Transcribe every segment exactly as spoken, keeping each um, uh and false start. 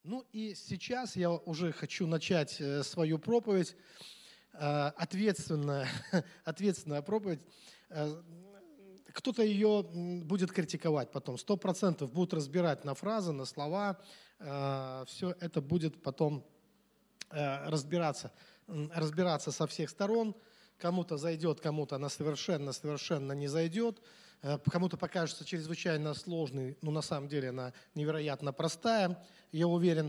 Ну и сейчас я уже хочу начать э, свою проповедь, э, ответственная, ответственная проповедь. Э, Кто-то ее м, будет критиковать потом, сто процентов будут разбирать на фразы, на слова, все это будет потом э, разбираться, м, разбираться со всех сторон. Кому-то зайдет, кому-то она совершенно, совершенно не зайдет. Э, Кому-то покажется чрезвычайно сложной, но на самом деле она невероятно простая, я уверен.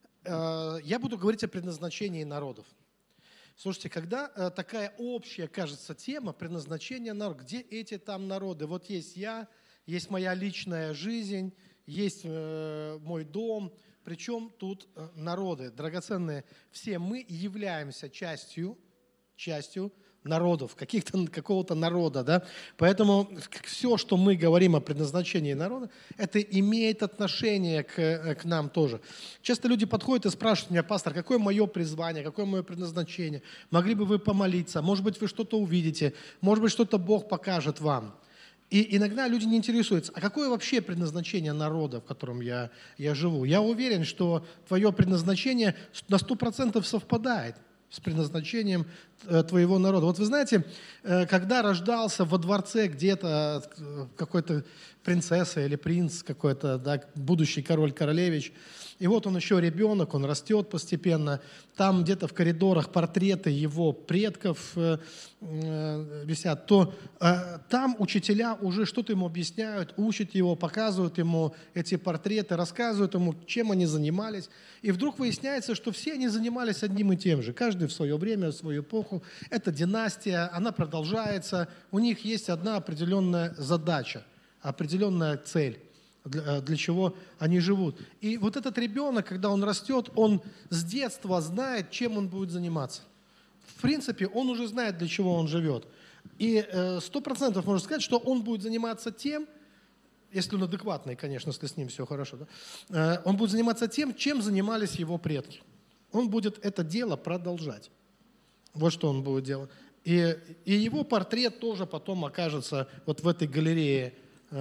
Э, Я буду говорить о предназначении народов. Слушайте, когда э, такая общая, кажется, тема предназначения народа, где эти там народы? Вот есть я, есть моя личная жизнь, есть э, мой дом. Причем тут э, народы, драгоценные, все мы являемся частью, частью народов, каких-то, какого-то народа, да. Поэтому все, что мы говорим о предназначении народа, это имеет отношение к, э, к нам тоже. Часто люди подходят и спрашивают меня: пастор, какое мое призвание, какое мое предназначение? Могли бы вы помолиться? Может быть, вы что-то увидите? Может быть, что-то Бог покажет вам? И иногда люди не интересуются, а какое вообще предназначение народа, в котором я, я живу? Я уверен, что твое предназначение на сто процентов совпадает с предназначением э, твоего народа. Вот вы знаете, э, когда рождался во дворце где-то э, какой-то принцесса или принц какой-то, да, будущий король-королевич, и вот он еще ребенок, он растет постепенно, там где-то в коридорах портреты его предков э, э, висят, то э, там учителя уже что-то ему объясняют, учат его, показывают ему эти портреты, рассказывают ему, чем они занимались. И вдруг выясняется, что все они занимались одним и тем же, каждый в свое время, в свою эпоху. Это династия, она продолжается, у них есть одна определенная задача, определенная цель. Для, для чего они живут. И вот этот ребенок, когда он растет, он с детства знает, чем он будет заниматься. В принципе, он уже знает, для чего он живет. И сто процентов можно сказать, что он будет заниматься тем, если он адекватный, конечно, если с ним все хорошо, да, он будет заниматься тем, чем занимались его предки. Он будет это дело продолжать. Вот что он будет делать. И, и его портрет тоже потом окажется вот в этой галерее,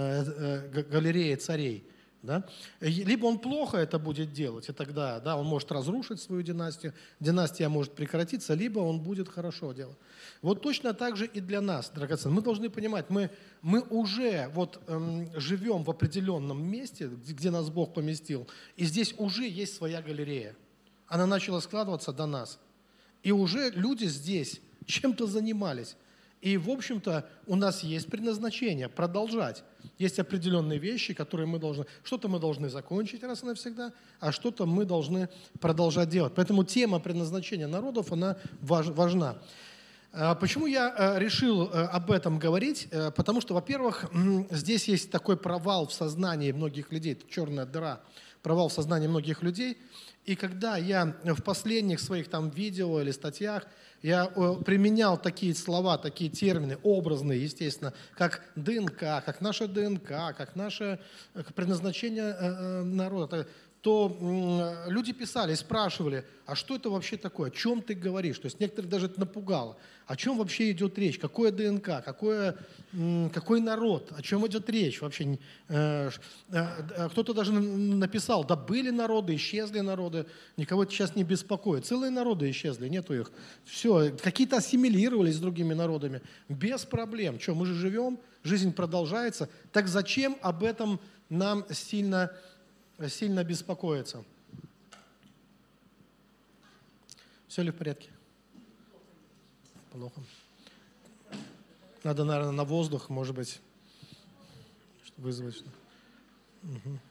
галерея царей. Да? Либо он плохо это будет делать, и тогда да, он может разрушить свою династию, династия может прекратиться, либо он будет хорошо делать. Вот точно так же и для нас, драгоценные. Мы должны понимать, мы, мы уже вот, эм, живем в определенном месте, где, где нас Бог поместил, и здесь уже есть своя галерея. Она начала складываться до нас. И уже люди здесь чем-то занимались. И, в общем-то, у нас есть предназначение продолжать. Есть определенные вещи, которые мы должны... Что-то мы должны закончить раз и навсегда, а что-то мы должны продолжать делать. Поэтому тема предназначения народов, она важна. Почему я решил об этом говорить? Потому что, во-первых, здесь есть такой провал в сознании многих людей, это черная дыра, провал в сознании многих людей. И когда я в последних своих там видео или статьях я применял такие слова, такие термины, образные, естественно, как ДНК, как наша ДНК, как наше предназначение народа, то люди писали, спрашивали, а что это вообще такое, о чем ты говоришь? То есть некоторых даже это напугало. О чем вообще идет речь? Какое ДНК? Какое, какой народ? О чем идет речь вообще? Кто-то даже написал, да были народы, исчезли народы, никого это сейчас не беспокоит. Целые народы исчезли, нету их. Все, какие-то ассимилировались с другими народами. Без проблем. Что, мы же живем, жизнь продолжается. Так зачем об этом нам сильно сильно беспокоиться? Все ли в порядке? Плохо. Надо, наверное, на воздух, может быть, чтобы вызвать. Угу.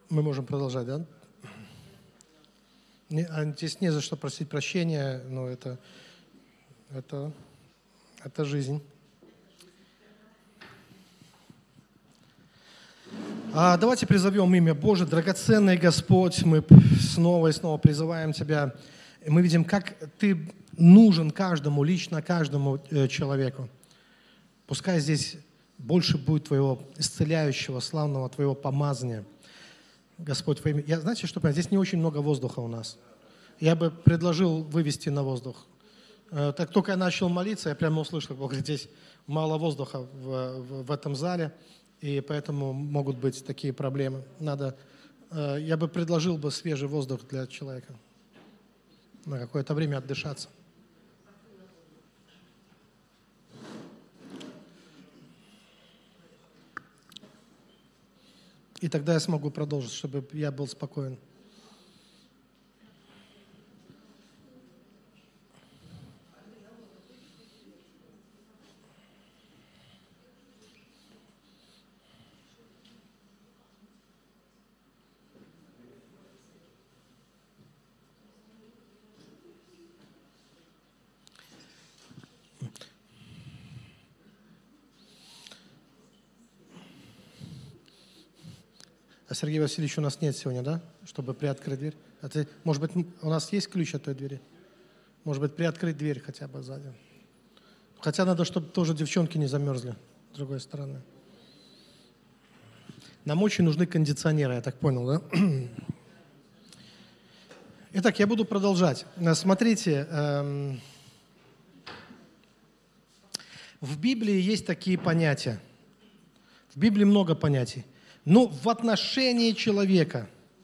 Мы можем продолжать, да? Не, а здесь не за что просить прощения, но это, это, это жизнь. А давайте призовем имя Божие, драгоценный Господь, мы снова и снова призываем Тебя. И мы видим, как Ты нужен каждому, лично каждому человеку. Пускай здесь больше будет Твоего исцеляющего, славного Твоего помазания. Господь, во имя... Я, знаете, что понимаю? Здесь не очень много воздуха у нас. Я бы предложил вывести на воздух. Так только я начал молиться, я прямо услышал, Бог говорит, здесь мало воздуха в, в, в этом зале. И поэтому могут быть такие проблемы. Надо, э, я бы предложил бы свежий воздух для человека. На какое-то время отдышаться. И тогда я смогу продолжить, чтобы я был спокоен. А Сергей Васильевич у нас нет сегодня, да? Чтобы приоткрыть дверь. А ты, может быть, у нас есть ключ от той двери? Может быть, приоткрыть дверь хотя бы сзади. Хотя надо, чтобы тоже девчонки не замерзли с другой стороны. Нам очень нужны кондиционеры, я так понял, да? Итак, я буду продолжать. Смотрите, эм, в Библии есть такие понятия. В Библии много понятий. Но в отношении человека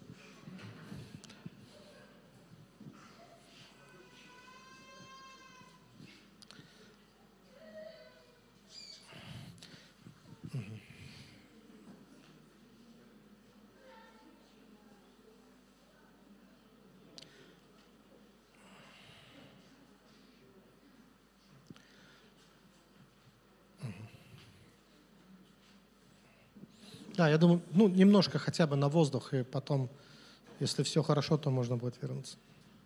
Да, я думаю, ну, немножко хотя бы на воздух, и потом, если все хорошо, то можно будет вернуться.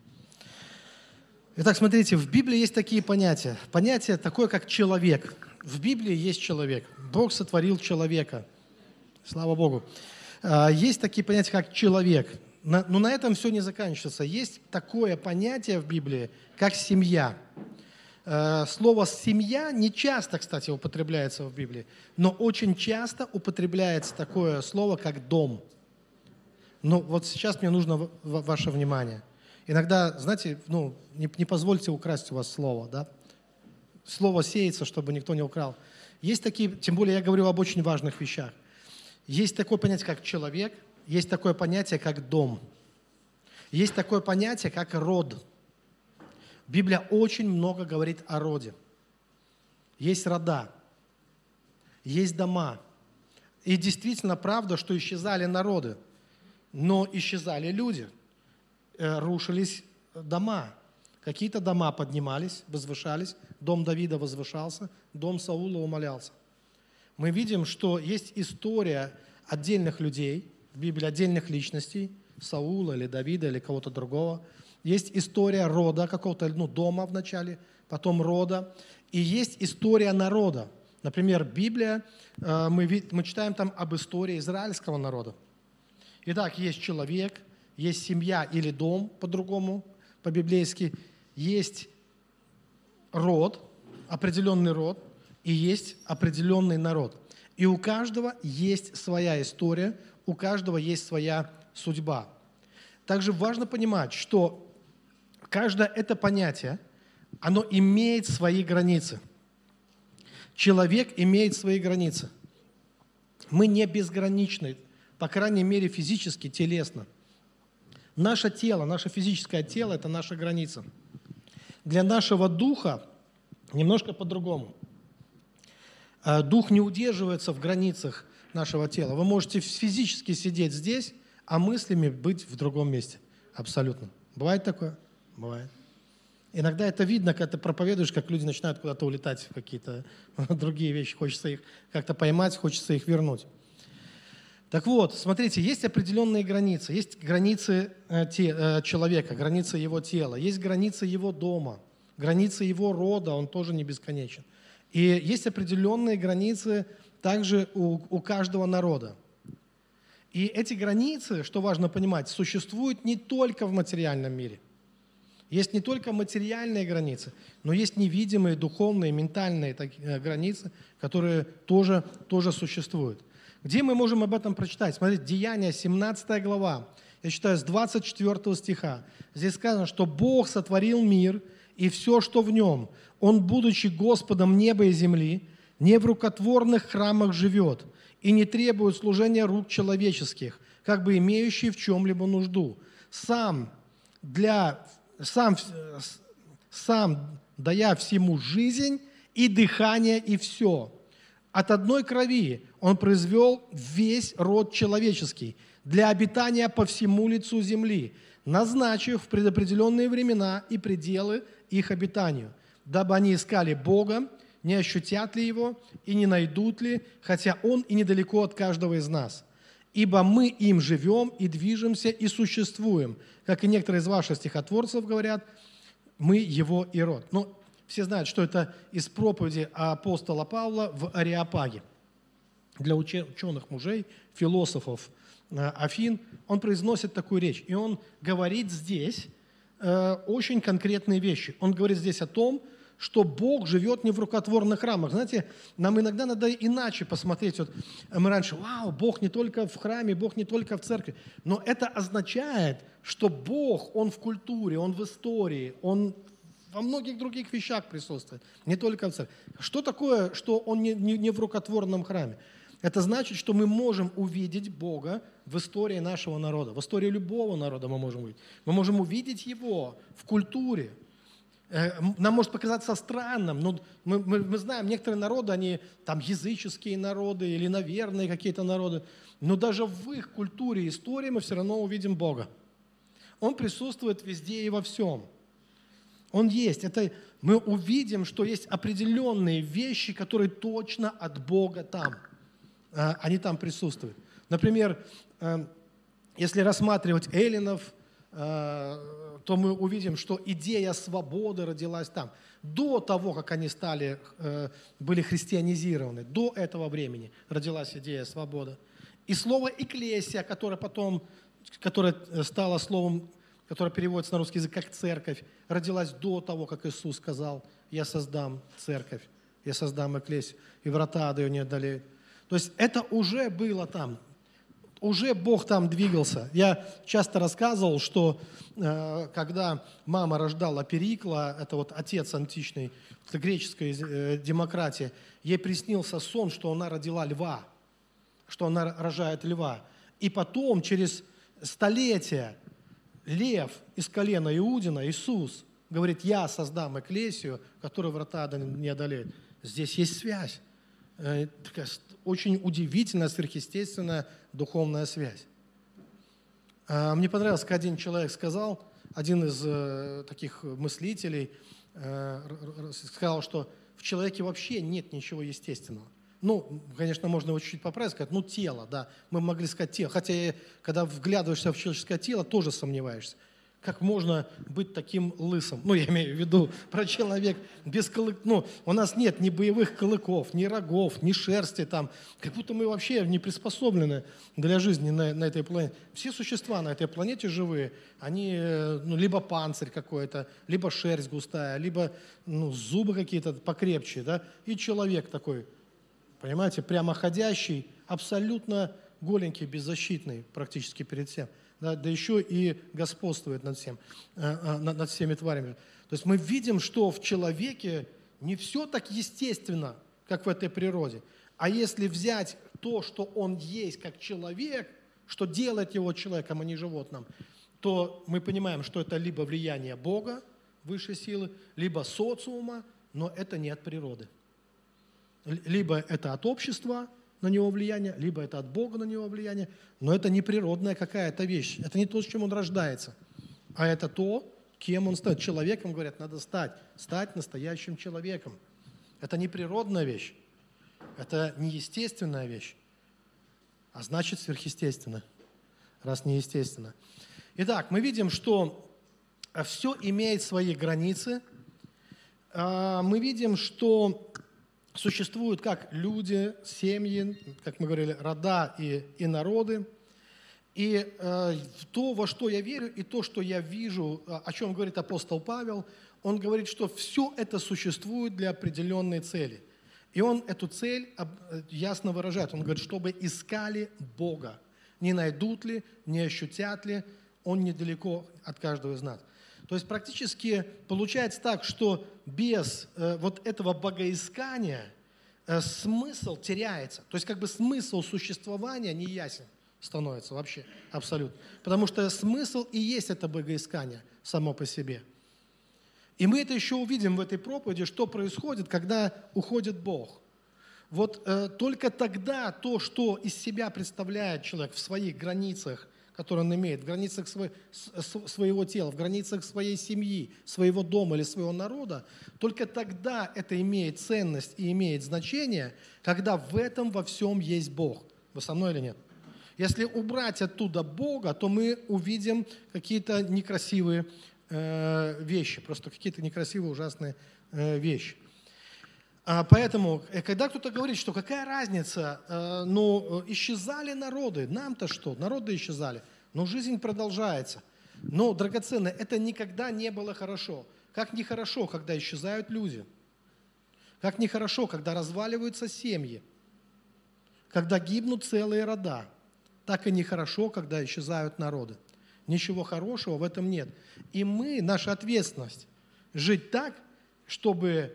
Итак, смотрите, в Библии есть такие понятия. Понятие такое, как человек. В Библии есть человек. Бог сотворил человека. Слава Богу. Есть такие понятия, как человек. Но на этом все не заканчивается. Есть такое понятие в Библии, как семья. Слово «семья» не часто, кстати, употребляется в Библии, но очень часто употребляется такое слово, как «дом». Но вот сейчас мне нужно ваше внимание. Иногда, знаете, ну, не, не позвольте украсть у вас слово, да? Слово сеется, чтобы никто не украл. Есть такие, тем более я говорю об очень важных вещах. Есть такое понятие, как человек, есть такое понятие, как дом. Есть такое понятие, как род. Библия очень много говорит о роде. Есть рода, есть дома. И действительно правда, что исчезали народы, но исчезали люди, рушились дома. Какие-то дома поднимались, возвышались, дом Давида возвышался, дом Саула умалялся. Мы видим, что есть история отдельных людей, в Библии отдельных личностей, Саула или Давида или кого-то другого. Есть история рода какого-то, ну, дома вначале, потом рода. И есть история народа. Например, Библия, мы, мы читаем там об истории израильского народа. Итак, есть человек, есть семья или дом, по-другому, по-библейски. Есть род, определенный род, и есть определенный народ. И у каждого есть своя история, у каждого есть своя судьба. Также важно понимать, что каждое это понятие, оно имеет свои границы. Человек имеет свои границы. Мы не безграничны, по крайней мере, физически, телесно. Наше тело, наше физическое тело – это наша граница. Для нашего духа немножко по-другому. Дух не удерживается в границах нашего тела. Вы можете физически сидеть здесь, а мыслями быть в другом месте. Абсолютно. Бывает такое? Бывает. Иногда это видно, когда ты проповедуешь, как люди начинают куда-то улетать в какие-то другие вещи. Хочется их как-то поймать, хочется их вернуть. Так вот, смотрите, есть определенные границы. Есть границы э, те, э, человека, границы его тела, есть границы его дома, границы его рода, он тоже не бесконечен. И есть определенные границы также у, у каждого народа. И эти границы, что важно понимать, существуют не только в материальном мире. Есть не только материальные границы, но есть невидимые, духовные, ментальные такие границы, которые тоже, тоже существуют. Где мы можем об этом прочитать? Смотрите, Деяния, семнадцатая глава, я читаю с двадцать четвёртого стиха. Здесь сказано, что Бог сотворил мир и все, что в нем. Он, будучи Господом неба и земли, не в рукотворных храмах живет и не требует служения рук человеческих, как бы имеющий в чем-либо нужду. Сам, для, сам, сам дая всему жизнь и дыхание и все. От одной крови Он произвел весь род человеческий для обитания по всему лицу земли, назначив предопределенные времена и пределы их обитанию, дабы они искали Бога, не ощутят ли Его и не найдут ли, хотя Он и недалеко от каждого из нас. Ибо мы им живем и движемся и существуем, как и некоторые из ваших стихотворцев говорят, мы Его и род. Ну, все знают, что это из проповеди апостола Павла в Ареопаге. Для ученых мужей, философов Афин, он произносит такую речь. И он говорит здесь э, очень конкретные вещи. Он говорит здесь о том, что Бог живет не в рукотворных храмах. Знаете, нам иногда надо иначе посмотреть. Вот мы раньше, вау, Бог не только в храме, Бог не только в церкви. Но это означает, что Бог, Он в культуре, Он в истории, Он во многих других вещах присутствует, не только в церкви. Что такое, что Он не, не, не в рукотворном храме? Это значит, что мы можем увидеть Бога в истории нашего народа, в истории любого народа мы можем увидеть. Мы можем увидеть Его в культуре. Нам может показаться странным, но мы, мы, мы знаем, некоторые народы, они там языческие народы или наверное какие-то народы, но даже в их культуре и истории мы все равно увидим Бога. Он присутствует везде и во всем. Он есть. Это мы увидим, что есть определенные вещи, которые точно от Бога там. Они там присутствуют. Например, если рассматривать эллинов, то мы увидим, что идея свободы родилась там. До того, как они стали, были христианизированы, до этого времени родилась идея свободы. И слово «экклесия», которое потом, которое стало словом, которое переводится на русский язык как «церковь», родилась до того, как Иисус сказал: «Я создам церковь, я создам экклесию, и врата ада ее не одолеют». То есть это уже было там, уже Бог там двигался. Я часто рассказывал, что э, когда мама рождала Перикла, это вот отец античной, это греческая э, демократия, ей приснился сон, что она родила льва, что она рожает льва. И потом, через столетия, лев из колена Иудина, Иисус, говорит: «Я создам экклесию, которую врата ада не одолеют». Здесь есть связь. Э, такая очень удивительная, сверхъестественная духовная связь. Э, мне понравилось, как один человек сказал, один из э, таких мыслителей э, сказал, что в человеке вообще нет ничего естественного. Ну, конечно, можно его чуть-чуть поправить, сказать, ну, тело, да, мы могли сказать тело. Хотя, когда вглядываешься в человеческое тело, тоже сомневаешься. Как можно быть таким лысым? Ну, я имею в виду про человек без клыков. Ну, у нас нет ни боевых клыков, ни рогов, ни шерсти там. Как будто мы вообще не приспособлены для жизни на, на этой планете. Все существа на этой планете живые, они ну, либо панцирь какой-то, либо шерсть густая, либо ну, зубы какие-то покрепче, да, и человек такой, понимаете, прямоходящий, абсолютно голенький, беззащитный практически перед всем. Да, да еще и господствует над, всем, э, над, над всеми тварями. То есть мы видим, что в человеке не все так естественно, как в этой природе. А если взять то, что он есть как человек, что делает его человеком, а не животным, то мы понимаем, что это либо влияние Бога, высшей силы, либо социума, но это не от природы. Либо это от общества, на него влияние, либо это от Бога на него влияние, но это не природная какая-то вещь. Это не то, с чем он рождается, а это то, кем он стает. Человеком, говорят, надо стать, стать настоящим человеком. Это не природная вещь, это неестественная вещь. а значит сверхъестественно, раз неестественно. Итак, мы видим, что все имеет свои границы. Мы видим, что существуют как люди, семьи, как мы говорили, рода и, и народы. И э, то, во что я верю, и то, что я вижу, о чем говорит апостол Павел, он говорит, что все это существует для определенной цели. И он эту цель ясно выражает. Он говорит, чтобы искали Бога. Не найдут ли, не ощутят ли, Он недалеко от каждого из нас. То есть практически получается так, что без э, вот этого богоискания э, смысл теряется. То есть как бы смысл существования не ясен становится вообще абсолютно. Потому что смысл и есть это богоискание само по себе. И мы это еще увидим в этой проповеди, что происходит, когда уходит Бог. Вот э, только тогда то, что из себя представляет человек в своих границах, которые он имеет, в границах свой, с, своего тела, в границах своей семьи, своего дома или своего народа, только тогда это имеет ценность и имеет значение, когда в этом во всем есть Бог. Вы со мной или нет? Если убрать оттуда Бога, то мы увидим какие-то некрасивые э, вещи, просто какие-то некрасивые, ужасные э, вещи. А поэтому, когда кто-то говорит, что какая разница, э, ну, исчезали народы, нам-то что, народы исчезали, но жизнь продолжается. Но, драгоценное, это никогда не было хорошо. Как нехорошо, когда исчезают люди. Как нехорошо, когда разваливаются семьи, когда гибнут целые рода. Так и нехорошо, когда исчезают народы. Ничего хорошего в этом нет. И мы, наша ответственность, жить так, чтобы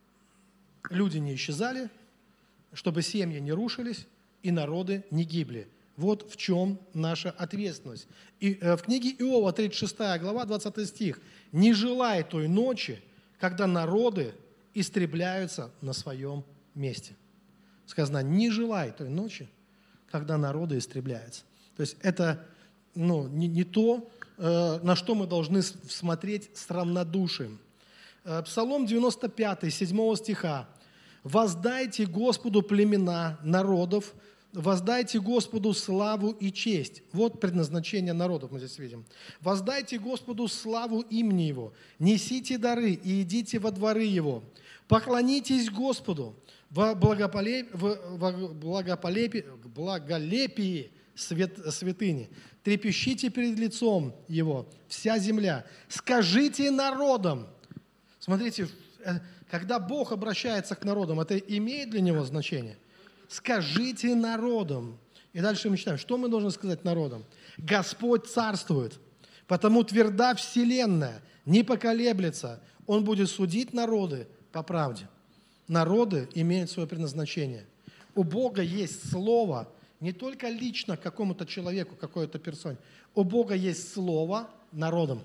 люди не исчезали, чтобы семьи не рушились и народы не гибли. Вот в чем наша ответственность. И в книге Иова, тридцать шестая глава, двадцатый стих. «Не желай той ночи, когда народы истребляются на своем месте». Сказано, не желай той ночи, когда народы истребляются. То есть это ну, не, не то, э, на что мы должны смотреть с равнодушием. Э, Псалом девяносто пятый, седьмого стиха. «Воздайте Господу племена народов, воздайте Господу славу и честь». Вот предназначение народов мы здесь видим. «Воздайте Господу славу имени Его, несите дары и идите во дворы Его. Поклонитесь Господу в благополепии, в благополепии, благолепии свят, святыни. Трепещите перед лицом Его, вся земля. Скажите народам». Смотрите, когда Бог обращается к народам, это имеет для Него значение? Скажите народам. И дальше мы читаем, что мы должны сказать народам? Господь царствует, потому тверда вселенная, не поколеблется. Он будет судить народы по правде. Народы имеют свое предназначение. У Бога есть слово не только лично к какому-то человеку, какой-то персоне. У Бога есть слово народам.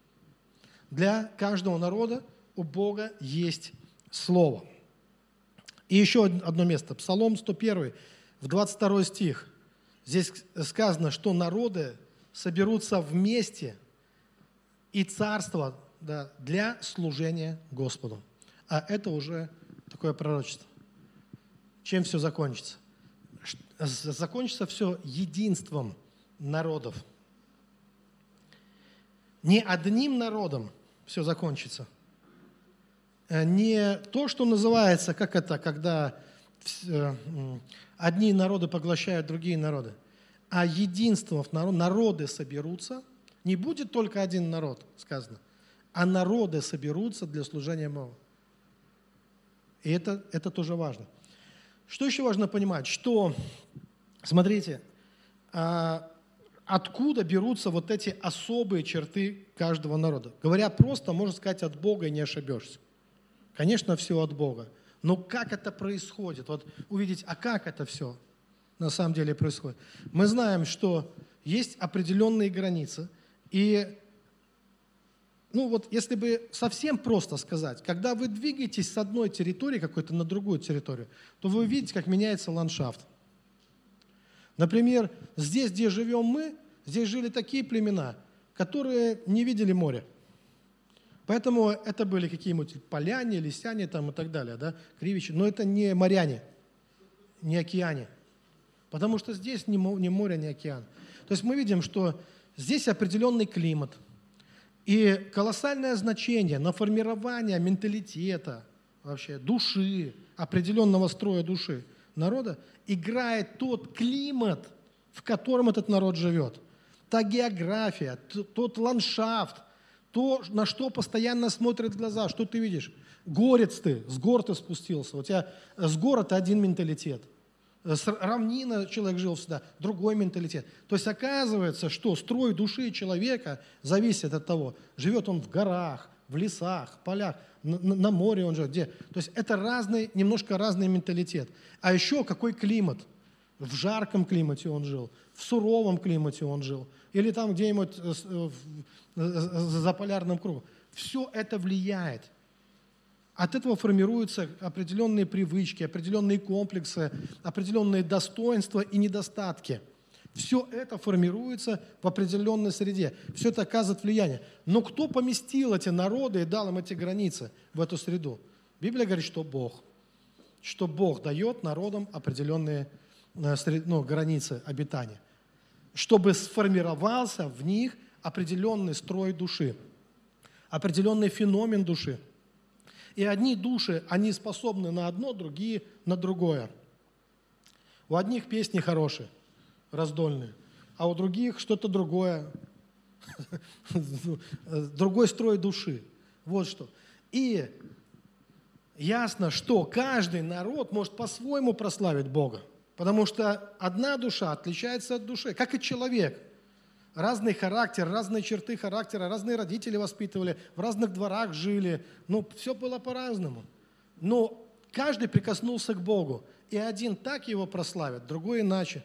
Для каждого народа у Бога есть слово. И еще одно место. Псалом сто один, в двадцать второй стих. Здесь сказано, что народы соберутся вместе и царство да, для служения Господу. А это уже такое пророчество. Чем все закончится? Закончится все единством народов. Не одним народом все закончится. Не то, что называется, как это, когда одни народы поглощают другие народы, а единством народы соберутся. Не будет только один народ, сказано, а народы соберутся для служения Богу. И это, это тоже важно. Что еще важно понимать? Что, смотрите, откуда берутся вот эти особые черты каждого народа? Говоря просто, можно сказать, от Бога и не ошибешься. Конечно, все от Бога. Но как это происходит? Вот увидеть, а как это все на самом деле происходит? Мы знаем, что есть определенные границы. И, ну вот, если бы совсем просто сказать, когда вы двигаетесь с одной территории какой-то на другую территорию, то вы увидите, как меняется ландшафт. Например, здесь, где живем мы, здесь жили такие племена, которые не видели моря. Поэтому это были какие-нибудь поляне, лисяне там и так далее, да, кривичи. Но это не моряне, не океане. Потому что здесь ни море, ни океан. То есть мы видим, что здесь определенный климат. И колоссальное значение на формирование менталитета, вообще души, определенного строя души народа играет тот климат, в котором этот народ живет. Та география, тот ландшафт, то, на что постоянно смотрят глаза, что ты видишь. Горец ты, с гор ты спустился, у тебя с гор это один менталитет. С равнина человек жил всегда, другой менталитет. То есть оказывается, что строй души человека зависит от того, живет он в горах, в лесах, в полях, на, на море он живет, где. То есть это разный, немножко разный менталитет. А еще какой климат? В жарком климате он жил, в суровом климате он жил, или там где-нибудь за полярным кругом. Все это влияет. От этого формируются определенные привычки, определенные комплексы, определенные достоинства и недостатки. Все это формируется в определенной среде. Все это оказывает влияние. Но кто поместил эти народы и дал им эти границы в эту среду? Библия говорит, что Бог. Что Бог дает народам определенные ну, границы обитания. Чтобы сформировался в них определенный строй души, определенный феномен души. И одни души, они способны на одно, другие на другое. У одних песни хорошие, раздольные, а у других что-то другое, другой строй души. Вот что. И ясно, что каждый народ может по-своему прославить Бога, потому что одна душа отличается от души, как и человек. Разный характер, разные черты характера, разные родители воспитывали, в разных дворах жили. Ну, все было по-разному. Но каждый прикоснулся к Богу. И один так его прославит, другой иначе.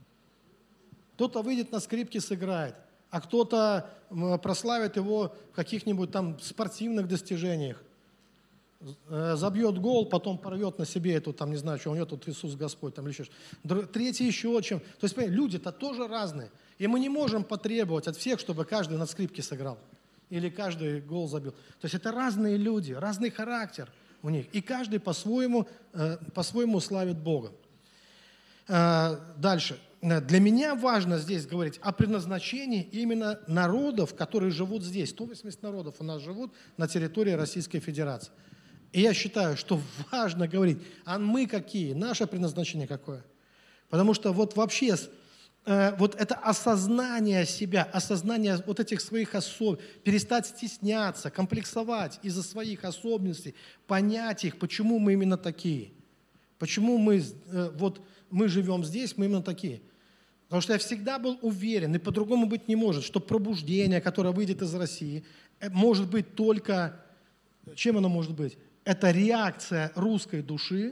Кто-то выйдет на скрипке, сыграет, а кто-то прославит его в каких-нибудь там спортивных достижениях. Забьет гол, потом порвет на себе эту, там, не знаю, что у него тут Иисус Господь, там, или еще что-то. Третий еще чем. То есть, понимаете, люди-то тоже разные. И мы не можем потребовать от всех, чтобы каждый на скрипке сыграл. Или каждый гол забил. То есть это разные люди, разный характер у них. И каждый по-своему, по-своему славит Бога. Дальше. Для меня важно здесь говорить о предназначении именно народов, которые живут здесь. сто восемьдесят народов у нас живут на территории Российской Федерации. И я считаю, что важно говорить, а мы какие, наше предназначение какое. Потому что вот вообще э, вот это осознание себя, осознание вот этих своих особенностей, перестать стесняться, комплексовать из-за своих особенностей, понять их, почему мы именно такие. Почему мы, э, вот, мы живем здесь, мы именно такие. Потому что я всегда был уверен, и по-другому быть не может, что пробуждение, которое выйдет из России, может быть только... Чем оно может быть? Это реакция русской души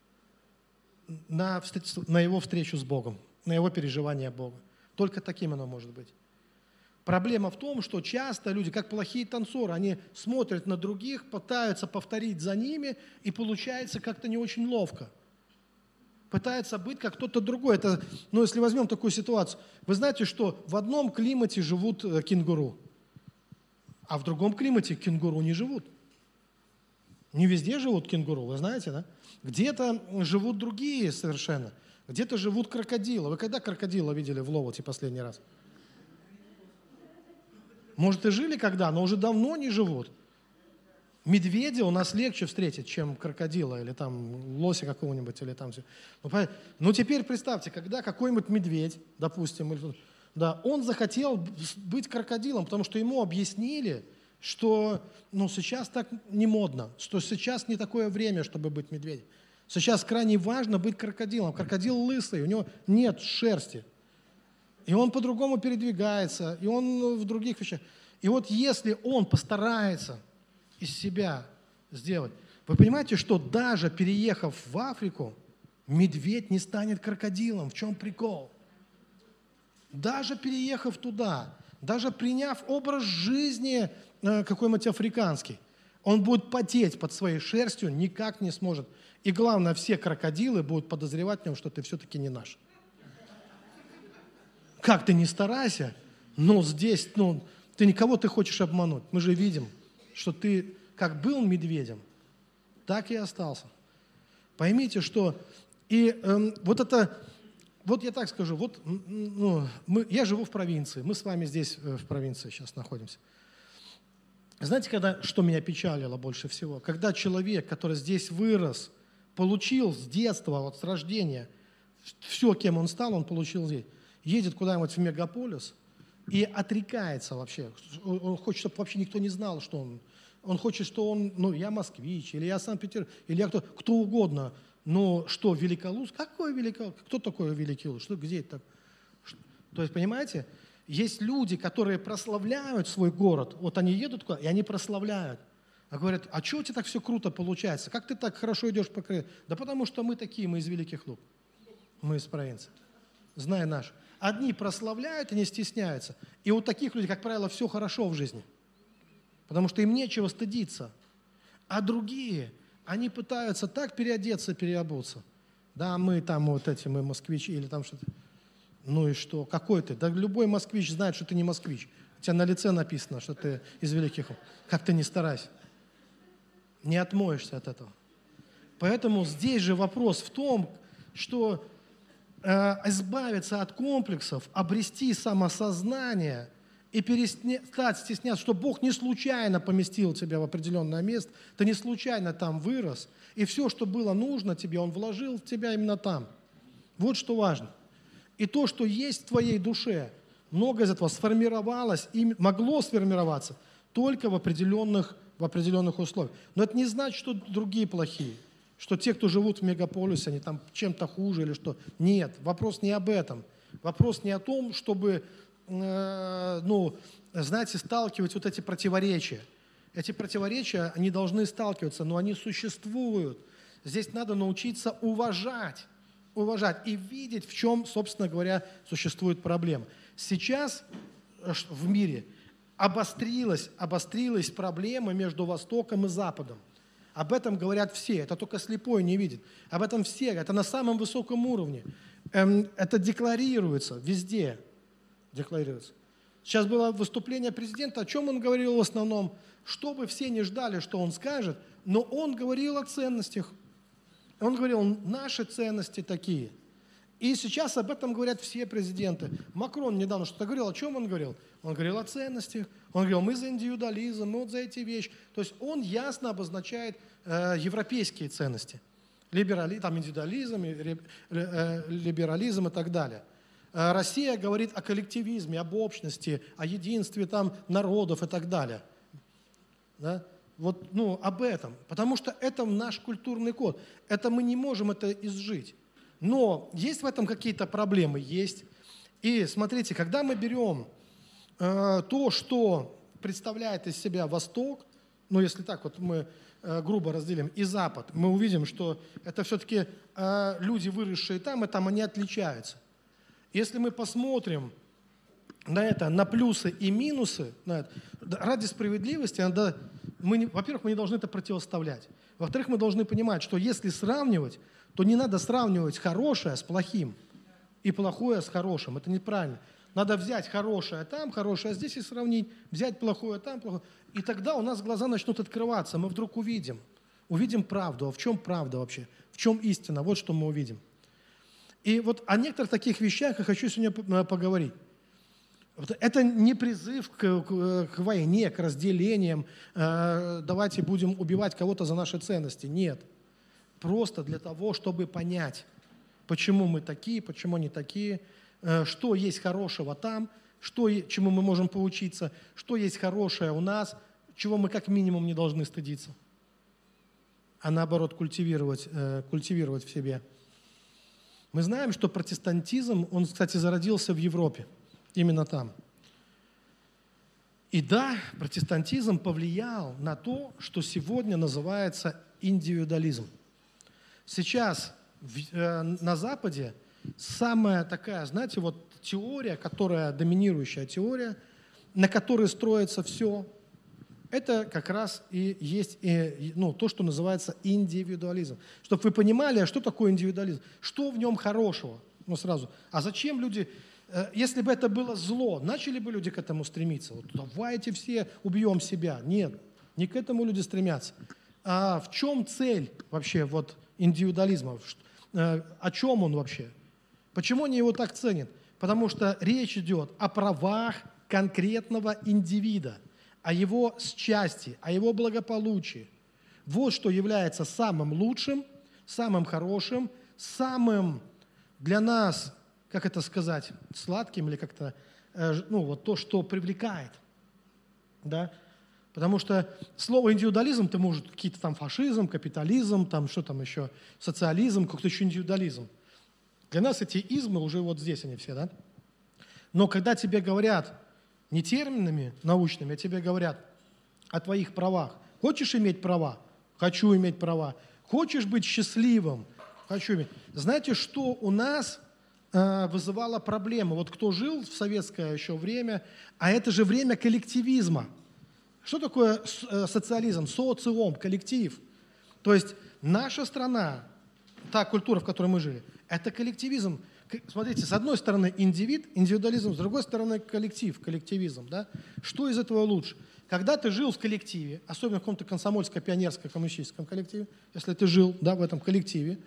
на, на его встречу с Богом, на его переживание Бога. Только таким оно может быть. Проблема в том, что часто люди, как плохие танцоры, они смотрят на других, пытаются повторить за ними, и получается как-то не очень ловко. Пытаются быть как кто-то другой. Это, ну, если возьмем такую ситуацию, вы знаете, что в одном климате живут кенгуру, а в другом климате кенгуру не живут. Не везде живут кенгуру, вы знаете, да? Где-то живут другие совершенно. Где-то живут крокодилы. Вы когда крокодила видели в Ловоте последний раз? Может, и жили когда, но уже давно не живут. Медведя у нас легче встретить, чем крокодила или там лося какого-нибудь, или там все. Ну, ну теперь представьте, когда какой-нибудь медведь, допустим, или, да, он захотел быть крокодилом, потому что ему объяснили, что ну, сейчас так не модно, что сейчас не такое время, чтобы быть медведем. Сейчас крайне важно быть крокодилом. Крокодил лысый, у него нет шерсти. И он по-другому передвигается, и он в других вещах. И вот если он постарается из себя сделать, вы понимаете, что даже переехав в Африку, медведь не станет крокодилом. В чем прикол? Даже переехав туда, даже приняв образ жизни какой-нибудь африканский, он будет потеть под своей шерстью, никак не сможет. И главное, все крокодилы будут подозревать в нем, что ты все-таки не наш. Как ты не старайся, но здесь, ну, ты никого ты хочешь обмануть. Мы же видим, что ты как был медведем, так и остался. Поймите, что и эм, вот это вот я так скажу, вот ну, мы, я живу в провинции, мы с вами здесь в провинции сейчас находимся. Знаете, когда, что меня печалило больше всего? Когда человек, который здесь вырос, получил с детства, вот с рождения, все, кем он стал, он получил здесь, едет куда-нибудь в мегаполис и отрекается вообще. Он хочет, чтобы вообще никто не знал, что он. Он хочет, что он, ну, я москвич, или я Санкт-Петербург, или я кто, кто угодно. Но что, Великолуз? Какой Великолуз? Кто такой Великий Луз? Что, где это? То есть, понимаете, есть люди, которые прославляют свой город. Вот они едут куда, и они прославляют. А говорят, а что у тебя так все круто получается? Как ты так хорошо идешь по краю? Да потому что мы такие, мы из Великих Луг. Мы из провинции. Знай наш. Одни прославляют и не стесняются. И у таких людей, как правило, все хорошо в жизни. Потому что им нечего стыдиться. А другие, они пытаются так переодеться, переобуться. Да, мы там вот эти, мы москвичи или там что-то. Ну и что? Какой ты? Да любой москвич знает, что ты не москвич. У тебя на лице написано, что ты из Великих Луг. Как ты ни старайся. Не отмоешься от этого. Поэтому здесь же вопрос в том, что э, избавиться от комплексов, обрести самосознание и перестать стесняться, что Бог не случайно поместил тебя в определенное место, ты не случайно там вырос, и все, что было нужно тебе, Он вложил в тебя именно там. Вот что важно. И то, что есть в твоей душе, много из этого сформировалось и могло сформироваться только в определенных, в определенных условиях. Но это не значит, что другие плохие, что те, кто живут в мегаполисе, они там чем-то хуже или что. Нет, вопрос не об этом. Вопрос не о том, чтобы, э, ну, знаете, сталкивать вот эти противоречия. Эти противоречия, они должны сталкиваться, но они существуют. Здесь надо научиться уважать, уважать и видеть, в чем, собственно говоря, существует проблема. Сейчас в мире обострилась, обострилась проблема между Востоком и Западом. Об этом говорят все, это только слепой не видит. Об этом все, это на самом высоком уровне. Это декларируется везде. Декларируется. Сейчас было выступление президента, о чем он говорил в основном, чтобы все не ждали, что он скажет, но он говорил о ценностях. Он говорил, наши ценности такие. И сейчас об этом говорят все президенты. Макрон недавно что-то говорил, о чем он говорил? Он говорил о ценностях, он говорил, мы за индивидуализм, мы вот за эти вещи. То есть он ясно обозначает э, европейские ценности. Либерали, там индивидуализм, э, либерализм и так далее. Э, Россия говорит о коллективизме, об общности, о единстве там, народов и так далее. Да? Вот, ну, об этом. Потому что это наш культурный код. Это мы не можем это изжить. Но есть в этом какие-то проблемы? Есть. И смотрите, когда мы берем э, то, что представляет из себя Восток, ну, если так вот мы э, грубо разделим, и Запад, мы увидим, что это все-таки э, люди, выросшие там, и там они отличаются. Если мы посмотрим на это, на плюсы и минусы, на это, ради справедливости, надо, мы, во-первых, мы не должны это противоставлять. Во-вторых, мы должны понимать, что если сравнивать, то не надо сравнивать хорошее с плохим и плохое с хорошим. Это неправильно. Надо взять хорошее там, хорошее здесь и сравнить, взять плохое там, плохое. И тогда у нас глаза начнут открываться. Мы вдруг увидим, увидим правду. А в чем правда вообще? В чем истина? Вот что мы увидим. И вот о некоторых таких вещах я хочу сегодня поговорить. Это не призыв к, к, к войне, к разделениям, э, давайте будем убивать кого-то за наши ценности. Нет. Просто для того, чтобы понять, почему мы такие, почему не такие, э, что есть хорошего там, что, чему мы можем поучиться, что есть хорошее у нас, чего мы как минимум не должны стыдиться, а наоборот культивировать, э, культивировать в себе. Мы знаем, что протестантизм, он, кстати, зародился в Европе. Именно там. И да, протестантизм повлиял на то, что сегодня называется индивидуализм. Сейчас в, э, на Западе самая такая, знаете, вот теория, которая доминирующая теория, на которой строится все, это как раз и есть и, ну, то, что называется индивидуализм. Чтобы вы понимали, а что такое индивидуализм, что в нем хорошего. Ну сразу. А зачем люди... Если бы это было зло, начали бы люди к этому стремиться? Вот, давайте все убьем себя. Нет, не к этому люди стремятся. А в чем цель вообще вот индивидуализма? О чем он вообще? Почему они его так ценят? Потому что речь идет о правах конкретного индивида, о его счастье, о его благополучии. Вот что является самым лучшим, самым хорошим, самым для нас, как это сказать, сладким или как-то, ну, вот то, что привлекает. Да? Потому что слово индивидуализм, ты можешь какие-то там фашизм, капитализм, там что там еще, социализм, какой-то еще индивидуализм. Для нас эти измы уже вот здесь они все, да? Но когда тебе говорят не терминами научными, а тебе говорят о твоих правах. Хочешь иметь права? Хочу иметь права. Хочешь быть счастливым? Хочу иметь. Знаете, что у нас э, вызывало проблемы? Вот кто жил в советское еще время, а это же время коллективизма. Что такое социализм? Социум, коллектив. То есть наша страна, та культура, в которой мы жили, это коллективизм. Смотрите, с одной стороны индивид, индивидуализм, с другой стороны коллектив, коллективизм. Да? Что из этого лучше? Когда ты жил в коллективе, особенно в каком-то комсомольско-пионерско-коммунистическом коллективе, если ты жил, да, в этом коллективе,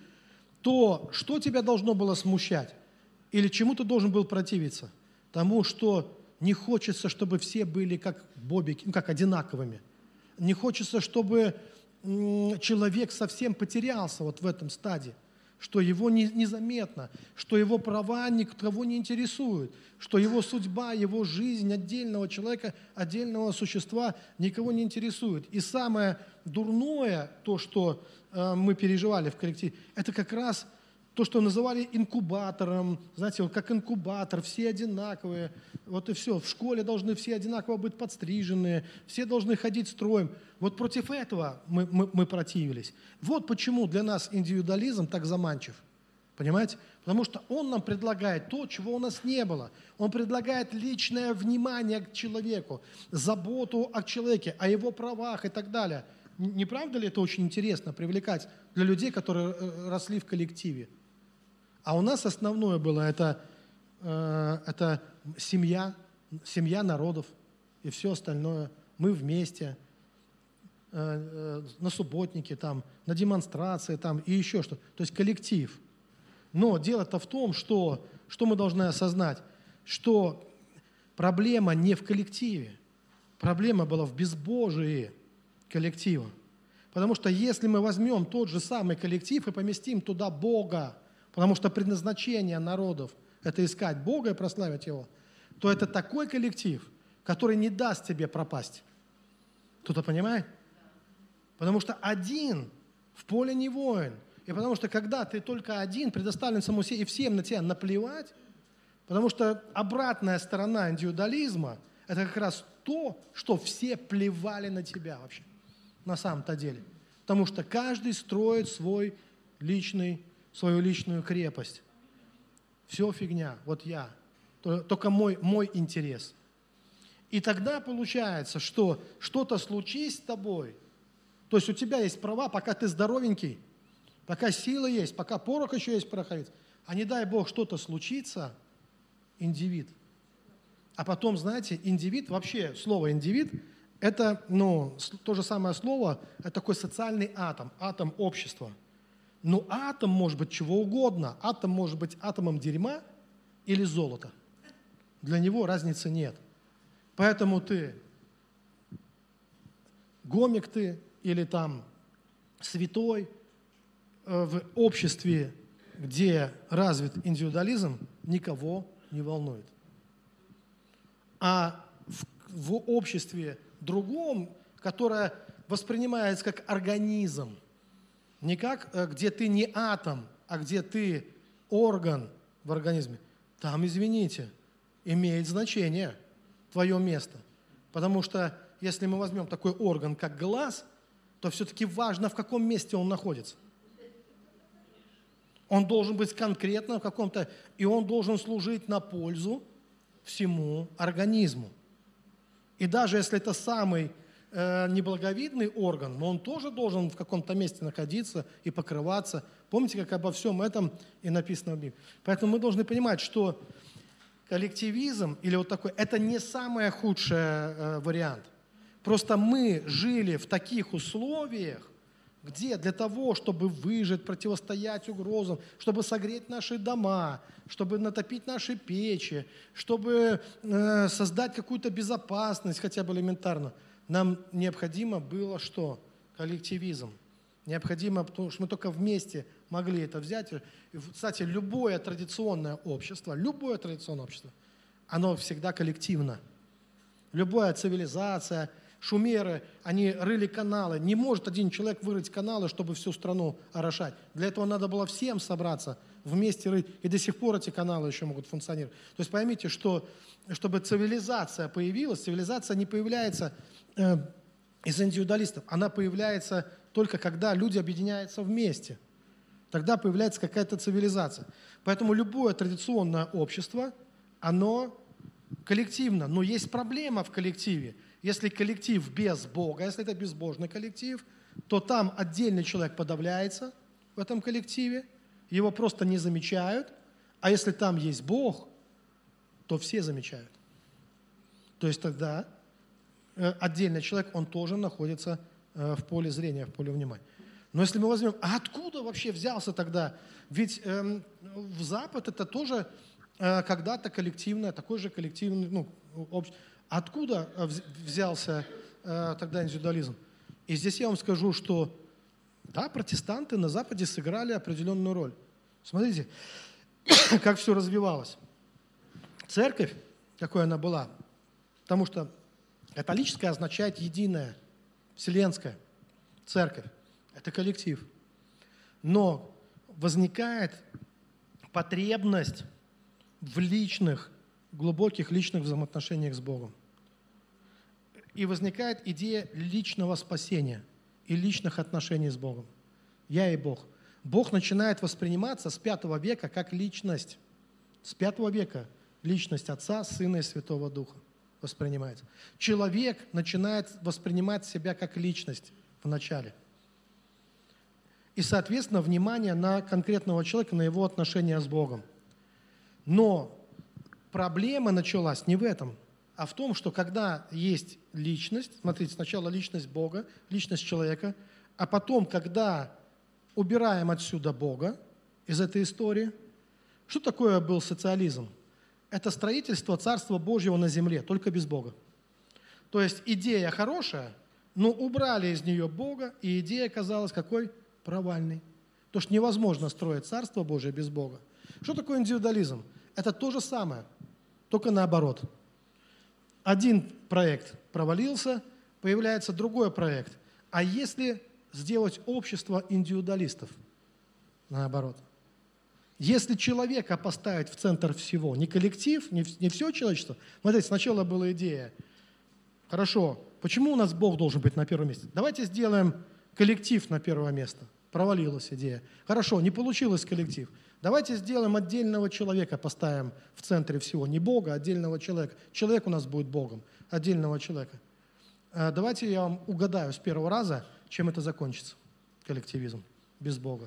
то что тебя должно было смущать? Или чему ты должен был противиться? Тому, что не хочется, чтобы все были как бобики, ну, как одинаковыми. Не хочется, чтобы м- человек совсем потерялся вот в этом стадии, что его не, незаметно, что его права никого не интересуют, что его судьба, его жизнь отдельного человека, отдельного существа никого не интересует. И самое дурное, то, что э, мы переживали в коллективе, это как раз то, что называли инкубатором, знаете, вот как инкубатор, все одинаковые, вот и все. В школе должны все одинаково быть подстрижены, все должны ходить строем. Вот против этого мы, мы, мы противились. Вот почему для нас индивидуализм так заманчив. Понимаете? Потому что он нам предлагает то, чего у нас не было. Он предлагает личное внимание к человеку, заботу о человеке, о его правах и так далее. Не правда ли это очень интересно привлекать для людей, которые росли в коллективе? А у нас основное было это, э, это семья, семья народов и все остальное. Мы вместе, э, э, на субботнике, там, на демонстрации там, и еще что-то. То есть коллектив. Но дело-то в том, что, что мы должны осознать, что проблема не в коллективе. Проблема была в безбожии коллектива. Потому что если мы возьмем тот же самый коллектив и поместим туда Бога, потому что предназначение народов – это искать Бога и прославить Его, то это такой коллектив, который не даст тебе пропасть. Кто-то понимает? Потому что один в поле не воин. И потому что когда ты только один, предоставлен самому себе, и всем на тебя наплевать, потому что обратная сторона индивидуализма – это как раз то, что все плевали на тебя вообще, на самом-то деле. Потому что каждый строит свой личный свою личную крепость. Все фигня, вот я, только мой, мой интерес. И тогда получается, что что-то случись с тобой, то есть у тебя есть права, пока ты здоровенький, пока силы есть, пока порох еще есть проходить, а не дай Бог что-то случится, индивид. А потом, знаете, индивид, вообще слово индивид, это, ну, то же самое слово, это такой социальный атом, атом общества. Но атом может быть чего угодно. Атом может быть атомом дерьма или золота. Для него разницы нет. Поэтому ты гомик ты или там святой в обществе, где развит индивидуализм, никого не волнует. А в, в обществе другом, которое воспринимается как организм, не как, где ты не атом, а где ты орган в организме. Там, извините, имеет значение твое место. Потому что если мы возьмем такой орган, как глаз, то все-таки важно, в каком месте он находится. Он должен быть конкретно в каком-то, и он должен служить на пользу всему организму. И даже если это самый неблаговидный орган, но он тоже должен в каком-то месте находиться и покрываться. Помните, как обо всем этом и написано в Библии. Поэтому мы должны понимать, что коллективизм или вот такой, это не самый худший э, вариант. Просто мы жили в таких условиях, Где? Для того, чтобы выжить, противостоять угрозам, чтобы согреть наши дома, чтобы натопить наши печи, чтобы э, создать какую-то безопасность, хотя бы элементарно. Нам необходимо было что? Коллективизм. Необходимо, потому что мы только вместе могли это взять. И, кстати, любое традиционное общество, любое традиционное общество, оно всегда коллективно. Любая цивилизация, шумеры, они рыли каналы. Не может один человек вырыть каналы, чтобы всю страну орошать. Для этого надо было всем собраться, вместе рыть. И до сих пор эти каналы еще могут функционировать. То есть поймите, что чтобы цивилизация появилась, цивилизация не появляется э, из индивидуалистов. Она появляется только когда люди объединяются вместе. Тогда появляется какая-то цивилизация. Поэтому любое традиционное общество, оно коллективно. Но есть проблема в коллективе. Если коллектив без Бога, если это безбожный коллектив, то там отдельный человек подавляется в этом коллективе, его просто не замечают. А если там есть Бог, то все замечают. То есть тогда отдельный человек, он тоже находится в поле зрения, в поле внимания. Но если мы возьмем, а откуда вообще взялся тогда? Ведь эм, в Запад это тоже э, когда-то коллективное, такой же коллективный, ну, общ... Откуда взялся э, тогда индивидуализм? И здесь я вам скажу, что да, протестанты на Западе сыграли определенную роль. Смотрите, как все развивалось. Церковь, какой она была, потому что католическая означает единая, вселенская церковь. Это коллектив. Но возникает потребность в личных, глубоких личных взаимоотношениях с Богом. И возникает идея личного спасения и личных отношений с Богом. Я и Бог. Бог начинает восприниматься с пятого века как личность. С пятого века личность Отца, Сына и Святого Духа воспринимается. Человек начинает воспринимать себя как личность вначале. И, соответственно, внимание на конкретного человека, на его отношения с Богом. Но проблема началась не в этом, а в том, что когда есть личность, смотрите, сначала личность Бога, личность человека, а потом, когда убираем отсюда Бога из этой истории, что такое был социализм? Это строительство Царства Божьего на земле, только без Бога. То есть идея хорошая, но убрали из нее Бога, и идея оказалась какой? Провальный. Потому что невозможно строить Царство Божие без Бога. Что такое индивидуализм? Это то же самое, только наоборот. Один проект провалился, появляется другой проект. А если сделать общество индивидуалистов? Наоборот. Если человека поставить в центр всего, не коллектив, не, не все человечество. Смотрите, сначала была идея, хорошо, почему у нас Бог должен быть на первом месте? Давайте сделаем коллектив на первое место. Провалилась идея. Хорошо, не получилось коллектив. Давайте сделаем отдельного человека, поставим в центре всего. Не Бога, а отдельного человека. Человек у нас будет Богом, отдельного человека. Давайте я вам угадаю с первого раза, чем это закончится. Коллективизм без Бога.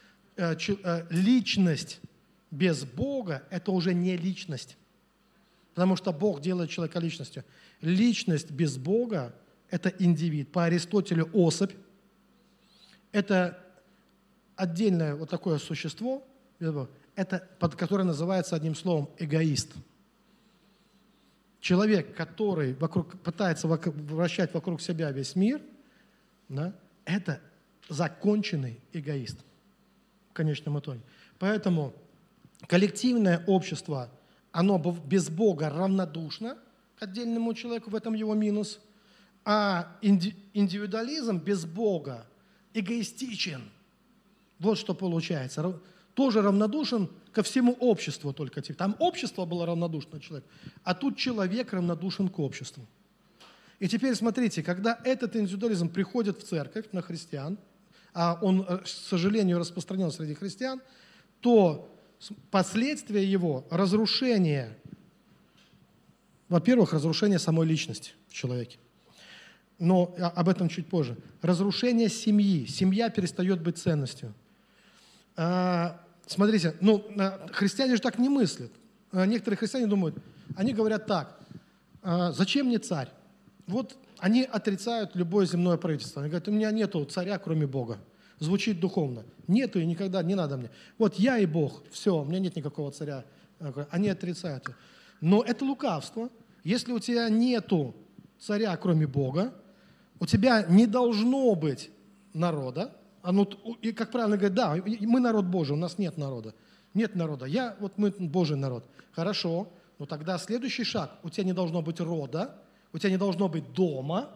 Личность без Бога – это уже не личность. Потому что Бог делает человека личностью. Личность без Бога – это индивид. По Аристотелю особь. Это отдельное вот такое существо, это, под которое называется одним словом эгоист. Человек, который вокруг, пытается вращать вокруг себя весь мир, да, это законченный эгоист в конечном итоге. Поэтому коллективное общество, оно без Бога равнодушно к отдельному человеку, в этом его минус, а инди, индивидуализм без Бога эгоистичен. Вот что получается. Тоже равнодушен ко всему обществу только. Там общество было равнодушно человеку, а тут человек равнодушен к обществу. И теперь смотрите, когда этот индивидуализм приходит в церковь на христиан, а он, к сожалению, распространен среди христиан, то последствия его разрушение, во-первых, разрушение самой личности в человеке. Но об этом чуть позже. Разрушение семьи. Семья перестает быть ценностью. Смотрите, ну, христиане же так не мыслят. Некоторые христиане думают, они говорят так, зачем мне царь? вот они отрицают любое земное правительство. Они говорят, у меня нету царя, кроме Бога. Звучит духовно. Нету и никогда не надо мне. Вот я и Бог, все, у меня нет никакого царя. Они отрицают. Но это лукавство. Если у тебя нету царя, кроме Бога, у тебя не должно быть народа. А ну, и, как правильно говорят, да, мы народ Божий, у нас нет народа. Нет народа. Я, вот мы Божий народ. Хорошо, но тогда следующий шаг. У тебя не должно быть рода, у тебя не должно быть дома.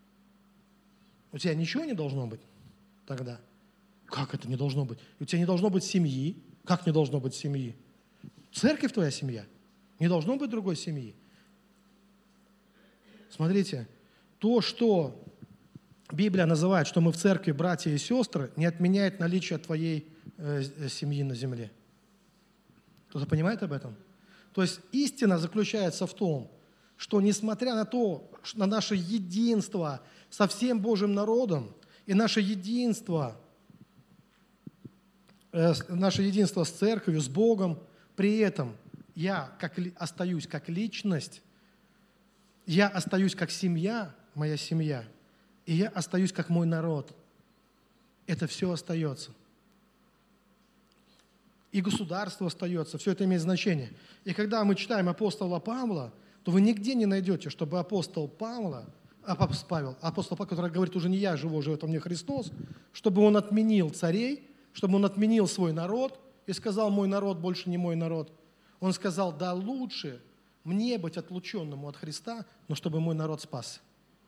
У тебя ничего не должно быть тогда. Как это не должно быть? У тебя не должно быть семьи. Как не должно быть семьи? Церковь твоя семья. Не должно быть другой семьи. Смотрите, то, что Библия называет, что мы в церкви братья и сестры, не отменяет наличие твоей э, семьи на земле. Кто-то понимает об этом? То есть истина заключается в том, что несмотря на то, на наше единство со всем Божьим народом и наше единство, э, наше единство с церковью, с Богом, при этом я как, остаюсь как личность, я остаюсь как семья, моя семья, и я остаюсь как мой народ. Это все остается. И государство остается, все это имеет значение. И когда мы читаем апостола Павла, то вы нигде не найдете, чтобы апостол Павла, апостол Павел, апостол Павел, который говорит, уже не я живу, живет во мне Христос, чтобы он отменил царей, чтобы он отменил свой народ и сказал, мой народ больше не мой народ. Он сказал, да лучше мне быть отлученному от Христа, но чтобы мой народ спасся.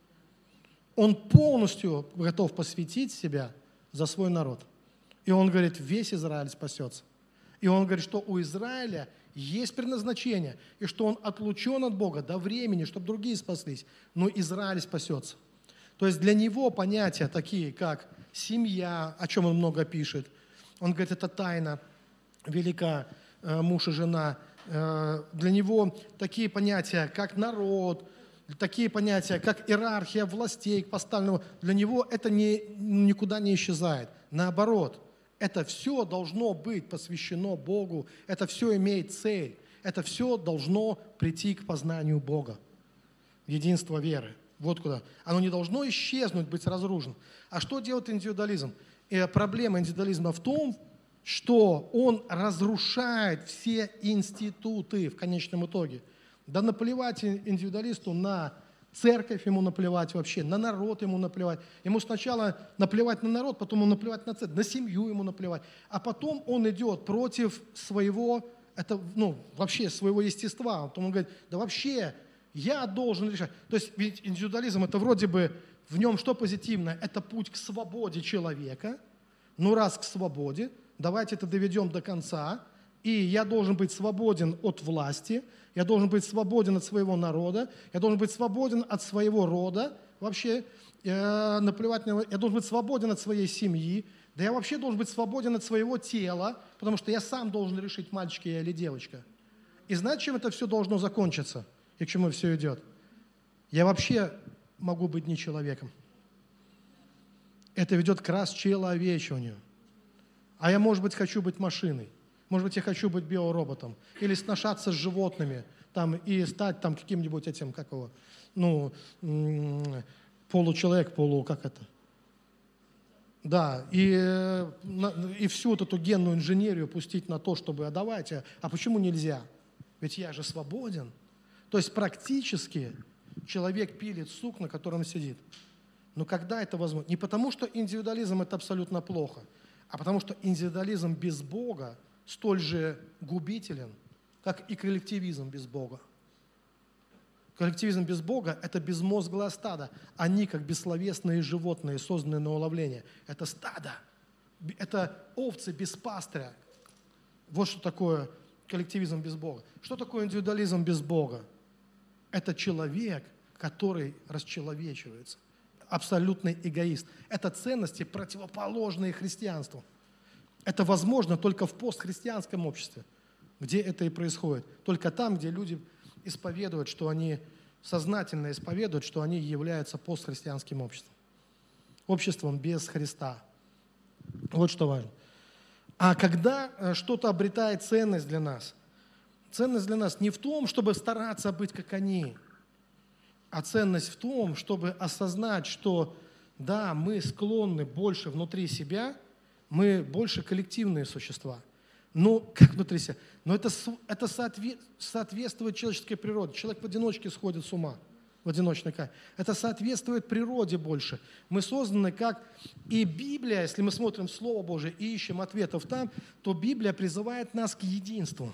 Он полностью готов посвятить себя за свой народ. И он говорит, весь Израиль спасется. И он говорит, что у Израиля есть предназначение, и что он отлучен от Бога до времени, чтобы другие спаслись, но Израиль спасется. То есть для него понятия такие, как семья, о чем он много пишет, он говорит, это тайна велика, муж и жена. Для него такие понятия, как народ, такие понятия, как иерархия властей поставленного, для него это не, никуда не исчезает. Наоборот, это все должно быть посвящено Богу, это все имеет цель, это все должно прийти к познанию Бога, единство веры. Вот куда. Оно не должно исчезнуть, быть разрушено. А что делает индивидуализм? И проблема индивидуализма в том, что он разрушает все институты в конечном итоге. Да наплевать индивидуалисту на церковь, ему наплевать вообще, на народ ему наплевать. Ему сначала наплевать на народ, потом ему наплевать на церковь, на семью ему наплевать. А потом он идет против своего, это, ну, вообще своего естества. Потом он говорит, да вообще я должен решать. То есть ведь индивидуализм это вроде бы в нем что позитивное? Это путь к свободе человека. Ну раз к свободе, давайте это доведем до конца. И я должен быть свободен от власти, я должен быть свободен от своего народа, я должен быть свободен от своего рода, вообще э, наплевать на, я должен быть свободен от своей семьи, да я вообще должен быть свободен от своего тела, потому что я сам должен решить, мальчик я или девочка. И знаете, чем это все должно закончиться? И к чему все идет? Я вообще могу быть не человеком. Это ведет к расчеловечиванию. А я, может быть, хочу быть машиной. Может быть, я хочу быть биороботом. Или сношаться с животными. Там, и стать там каким-нибудь этим, как его, ну, получеловек, полу, как это? Да, и, и всю вот эту генную инженерию пустить на то, чтобы, а давайте, а почему нельзя? Ведь я же свободен. То есть практически человек пилит сук, на котором сидит. Но когда это возможно? Не потому, что индивидуализм – это абсолютно плохо, а потому, что индивидуализм без Бога столь же губителен, как и коллективизм без Бога. Коллективизм без Бога – это безмозглое стадо. Они, как бессловесные животные, созданные на уловление. Это стадо. Это овцы без пастыря. Вот что такое коллективизм без Бога. Что такое индивидуализм без Бога? Это человек, который расчеловечивается. Абсолютный эгоист. Это ценности, противоположные христианству. Это возможно только в постхристианском обществе, где это и происходит. Только там, где люди исповедуют, что они сознательно исповедуют, что они являются постхристианским обществом. Обществом без Христа. Вот что важно. А когда что-то обретает ценность для нас, ценность для нас не в том, чтобы стараться быть как они, а ценность в том, чтобы осознать, что да, мы склонны больше внутри себя, мы больше коллективные существа. Ну, как внутри себя? Но это, это соответствует человеческой природе. Человек в одиночке сходит с ума, в одиночной кайф. Это соответствует природе больше. Мы созданы как... И Библия, если мы смотрим в Слово Божие и ищем ответов там, то Библия призывает нас к единству.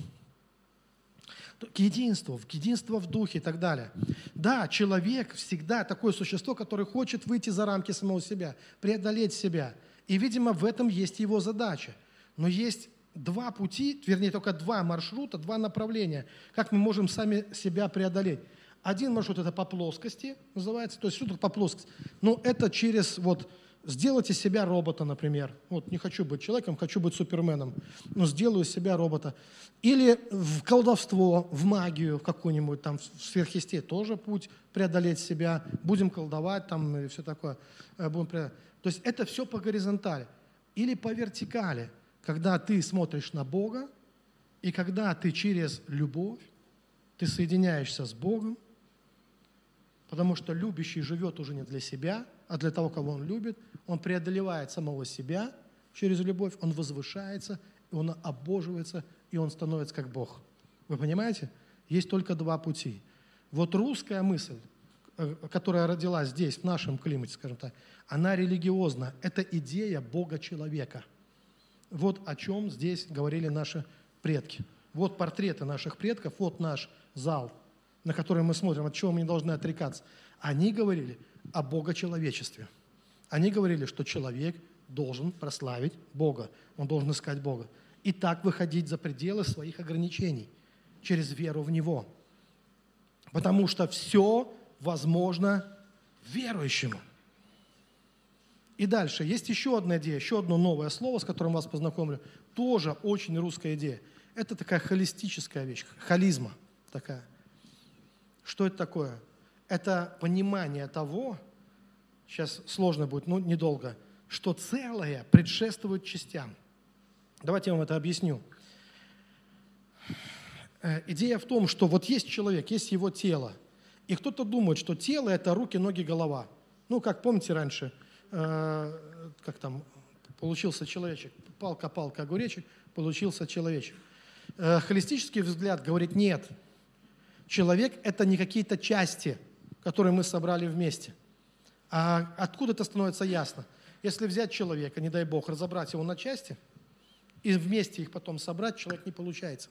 К единству, к единству в духе и так далее. Да, человек всегда такое существо, которое хочет выйти за рамки самого себя, преодолеть себя. И, видимо, в этом есть его задача. Но есть два пути, вернее, только два маршрута, два направления, как мы можем сами себя преодолеть. Один маршрут – это по плоскости, называется, то есть что по плоскости? Ну, это через, вот, сделать из себя робота, например. Вот, не хочу быть человеком, хочу быть суперменом, но сделаю из себя робота. Или в колдовство, в магию, в какую-нибудь там, в сверхъесте, тоже путь преодолеть себя, будем колдовать там и все такое. Будем преодолеть. То есть это все по горизонтали. Или по вертикали, когда ты смотришь на Бога, и когда ты через любовь, ты соединяешься с Богом, потому что любящий живет уже не для себя, а для того, кого он любит. Он преодолевает самого себя через любовь, он возвышается, и он обоживается, и он становится как Бог. Вы понимаете? Есть только два пути. Вот русская мысль, которая родилась здесь, в нашем климате, скажем так, она религиозна. Это идея Бога-человека. Вот о чем здесь говорили наши предки. Вот портреты наших предков, вот наш зал, на который мы смотрим, от чего мы не должны отрекаться. Они говорили о богочеловечестве. Они говорили, что человек должен прославить Бога, он должен искать Бога. И так выходить за пределы своих ограничений через веру в Него. Потому что все возможно верующему. И дальше. Есть еще одна идея, еще одно новое слово, с которым вас познакомлю. Тоже очень русская идея. Это такая холистическая вещь, холизма такая. Что это такое? Это понимание того, сейчас сложно будет, но недолго, что целое предшествует частям. Давайте я вам это объясню. Идея в том, что вот есть человек, есть его тело, и кто-то думает, что тело – это руки, ноги, голова. Ну, как помните раньше, э, как там получился человечек, палка-палка, огуречек, получился человечек. Э, холистический взгляд говорит, нет, человек – это не какие-то части, которые мы собрали вместе. А откуда это становится ясно? Если взять человека, не дай Бог, разобрать его на части и вместе их потом собрать, человек не получается.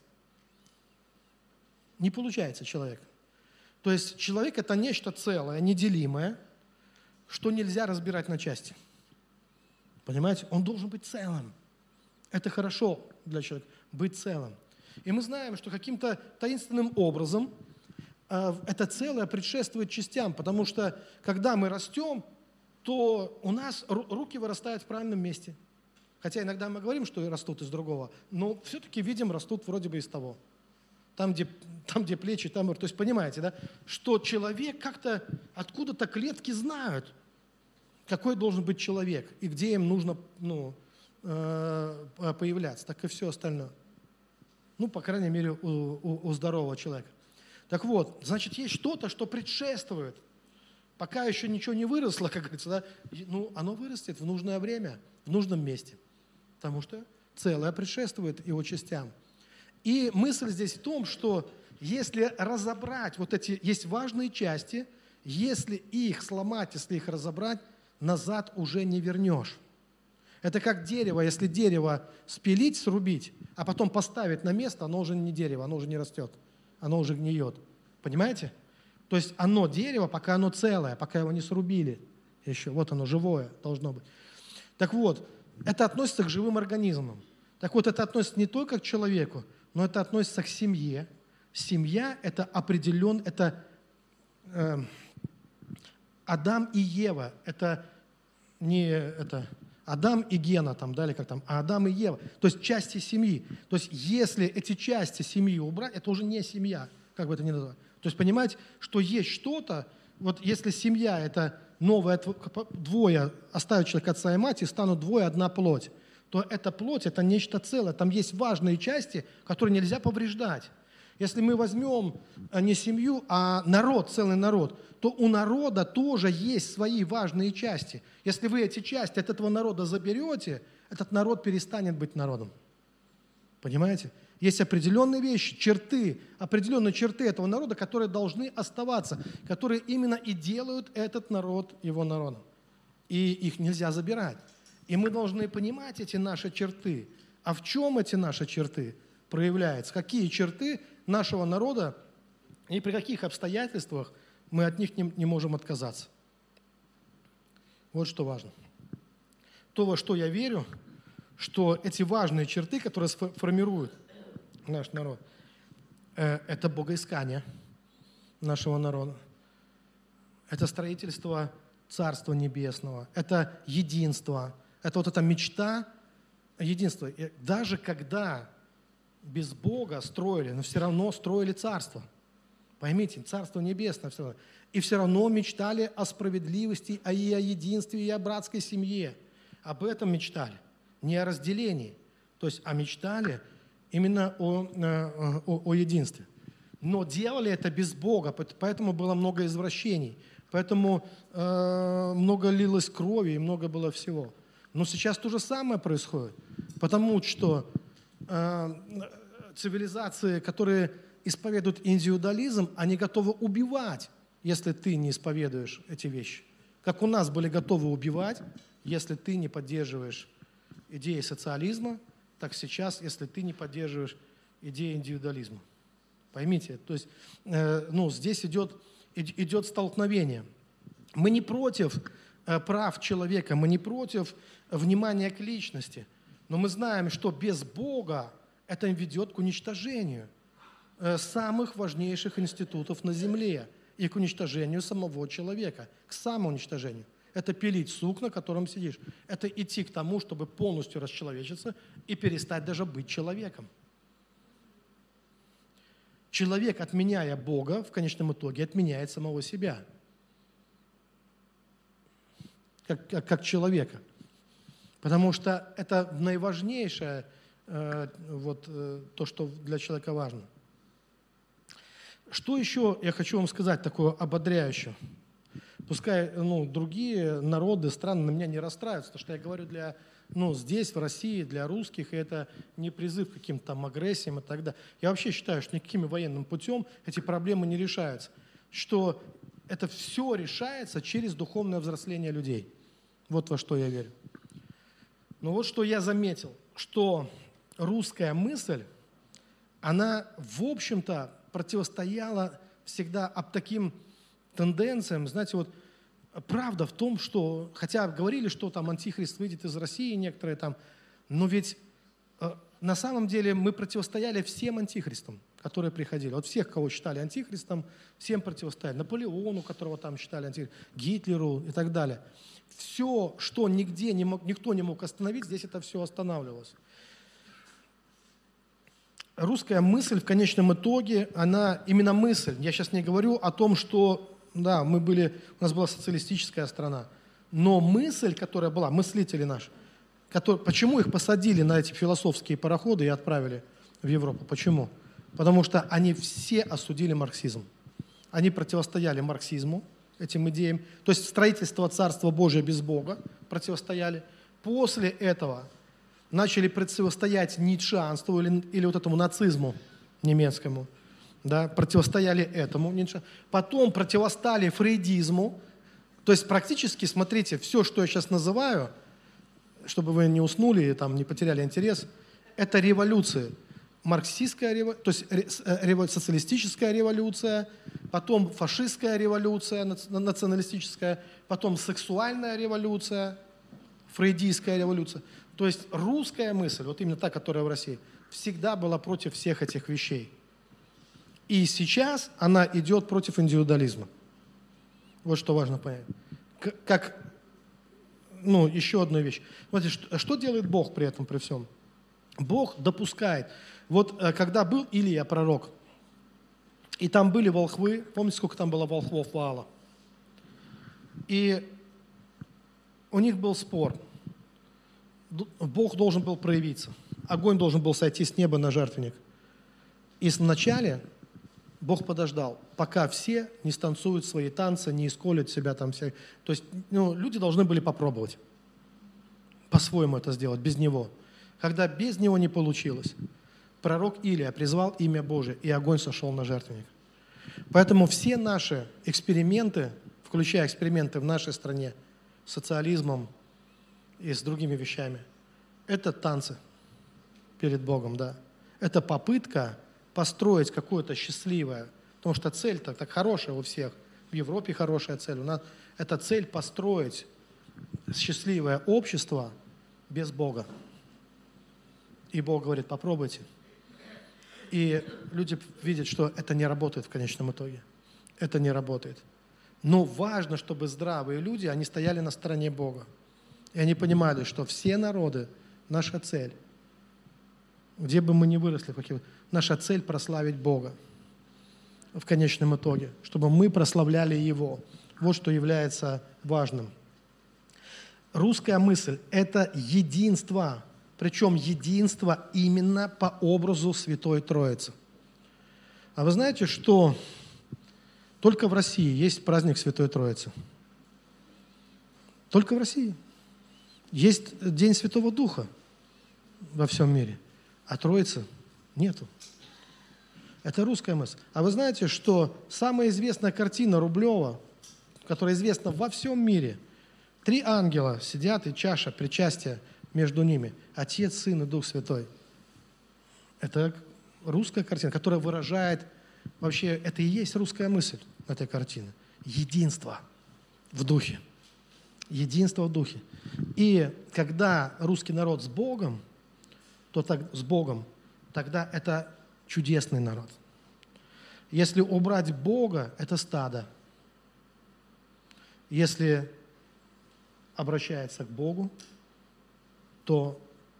Не получается человек. То есть человек – это нечто целое, неделимое, что нельзя разбирать на части. Понимаете? Он должен быть целым. Это хорошо для человека – быть целым. И мы знаем, что каким-то таинственным образом э, это целое предшествует частям, потому что когда мы растем, то у нас ру- руки вырастают в правильном месте. Хотя иногда мы говорим, что растут из другого, но все-таки видим, растут вроде бы из того. Там, где, там, где плечи, там... То есть понимаете, да? Что человек как-то, откуда-то клетки знают, какой должен быть человек и где им нужно ну, э, появляться, так и все остальное. Ну, по крайней мере, у, у, у здорового человека. Так вот, значит, есть что-то, что предшествует. Пока еще ничего не выросло, как говорится, да? Ну, оно вырастет в нужное время, в нужном месте. Потому что целое предшествует его частям. И мысль здесь в том, что если разобрать вот эти, есть важные части, если их сломать, если их разобрать, назад уже не вернешь. Это как дерево, если дерево спилить, срубить, а потом поставить на место, оно уже не дерево, оно уже не растет, оно уже гниет. Понимаете? То есть оно дерево, пока оно целое, пока его не срубили еще. Вот оно живое должно быть. Так вот, это относится к живым организмам. Так вот, это относится не только к человеку, но это относится к семье. Семья – это определен, это э, Адам и Ева. Это не это, Адам и Гена, там, да, или как там, а Адам и Ева. То есть части семьи. То есть если эти части семьи убрать, это уже не семья, как бы это ни называли. То есть понимаете, что есть что-то, вот если семья – это новое двое, оставят человека отца и мать, и станут двое, одна плоть, то эта плоть – это нечто целое. Там есть важные части, которые нельзя повреждать. Если мы возьмем не семью, а народ, целый народ, то у народа тоже есть свои важные части. Если вы эти части от этого народа заберете, этот народ перестанет быть народом. Понимаете? Есть определенные вещи, черты, определенные черты этого народа, которые должны оставаться, которые именно и делают этот народ его народом. И их нельзя забирать. И мы должны понимать эти наши черты. А в чем эти наши черты проявляются? Какие черты нашего народа и при каких обстоятельствах мы от них не, не можем отказаться? Вот что важно. То, во что я верю, что эти важные черты, которые формируют наш народ, это богоискание нашего народа, это строительство Царства Небесного, это единство, это вот эта мечта единства. И даже когда без Бога строили, но все равно строили Царство. Поймите, Царство Небесное все равно. И все равно мечтали о справедливости, о, и о единстве, и о братской семье. Об этом мечтали, не о разделении, то есть, а мечтали именно о, о, о единстве. Но делали это без Бога, поэтому было много извращений, поэтому э, много лилось крови и много было всего. Но сейчас то же самое происходит, потому что э, цивилизации, которые исповедуют индивидуализм, они готовы убивать, если ты не исповедуешь эти вещи. Как у нас были готовы убивать, если ты не поддерживаешь идеи социализма, так сейчас, если ты не поддерживаешь идеи индивидуализма. Поймите, то есть э, ну, здесь идет, идет столкновение. Мы не против э, прав человека, мы не против внимания к личности, но мы знаем, что без Бога это ведет к уничтожению э, самых важнейших институтов на земле и к уничтожению самого человека, к самоуничтожению. Это пилить сук, на котором сидишь. Это идти к тому, чтобы полностью расчеловечиться и перестать даже быть человеком. Человек, отменяя Бога, в конечном итоге отменяет самого себя. Как, как, как человека. Потому что это наиважнейшее, э, вот, э, то, что для человека важно. Что еще я хочу вам сказать такое ободряющее? Пускай ну, другие народы, страны на меня не расстраиваются, потому что я говорю для, ну, здесь, в России, для русских, и это не призыв к каким-то там агрессиям и так далее. Я вообще считаю, что никаким военным путем эти проблемы не решаются, что это все решается через духовное взросление людей. Вот во что я верю. Но вот что я заметил, что русская мысль, она, в общем-то, противостояла всегда об таким тенденциям. Знаете, вот правда в том, что, хотя говорили, что там антихрист выйдет из России, некоторые там, но ведь э, на самом деле мы противостояли всем антихристам, которые приходили. Вот всех, кого считали антихристом, всем противостояли. Наполеону, которого там считали антихристом, Гитлеру и так далее. Все, что нигде не мог, никто не мог остановить, здесь это все останавливалось. Русская мысль в конечном итоге, она именно мысль. Я сейчас не говорю о том, что, да, мы были, у нас была социалистическая страна, но мысль, которая была, мыслители наши, которые, почему их посадили на эти философские пароходы и отправили в Европу? Почему? Потому что они все осудили марксизм. Они противостояли марксизму, этим идеям, то есть строительство Царства Божия без Бога противостояли. После этого начали противостоять ницшеанству или, или вот этому нацизму немецкому, да, противостояли этому. Потом противостали фрейдизму. То есть практически, смотрите, все, что я сейчас называю, чтобы вы не уснули и там, не потеряли интерес, это революции. Марксистская революция, то есть социалистическая революция, потом фашистская революция, националистическая, потом сексуальная революция, фрейдистская революция. То есть русская мысль, вот именно та, которая в России, всегда была против всех этих вещей. И сейчас она идет против индивидуализма. Вот что важно понять. Как, ну, еще одна вещь. Смотрите, что, что делает Бог при этом, при всем? Бог допускает. Вот когда был Илия пророк, и там были волхвы, помните, сколько там было волхвов Ваала? И у них был спор. Бог должен был проявиться. Огонь должен был сойти с неба на жертвенник. И вначале Бог подождал, пока все не станцуют свои танцы, не исколят себя там все. То есть ну, люди должны были попробовать по-своему это сделать, без Него. Когда без Него не получилось, пророк Илия призвал имя Божие, и огонь сошел на жертвенник. Поэтому все наши эксперименты, включая эксперименты в нашей стране с социализмом и с другими вещами, это танцы перед Богом, да. Это попытка построить какое-то счастливое, потому что цель-то так хорошая у всех. В Европе хорошая цель. У нас это цель построить счастливое общество без Бога. И Бог говорит, попробуйте. И люди видят, что это не работает в конечном итоге. Это не работает. Но важно, чтобы здравые люди, они стояли на стороне Бога. И они понимали, что все народы – наша цель. Где бы мы ни выросли, наша цель – прославить Бога в конечном итоге, чтобы мы прославляли Его. Вот что является важным. Русская мысль – это единство, причем единство именно по образу Святой Троицы. А вы знаете, что только в России есть праздник Святой Троицы? Только в России. Есть День Святого Духа во всем мире, а Троицы нету. Это русская мысль. А вы знаете, что самая известная картина Рублева, которая известна во всем мире, три ангела сидят и чаша причастия между ними. Отец, Сын и Дух Святой. Это русская картина, которая выражает, вообще, это и есть русская мысль этой картины. Единство в Духе. Единство в Духе. И когда русский народ с Богом, то так, с Богом, тогда это чудесный народ. Если убрать Бога, это стадо. Если обращается к Богу, то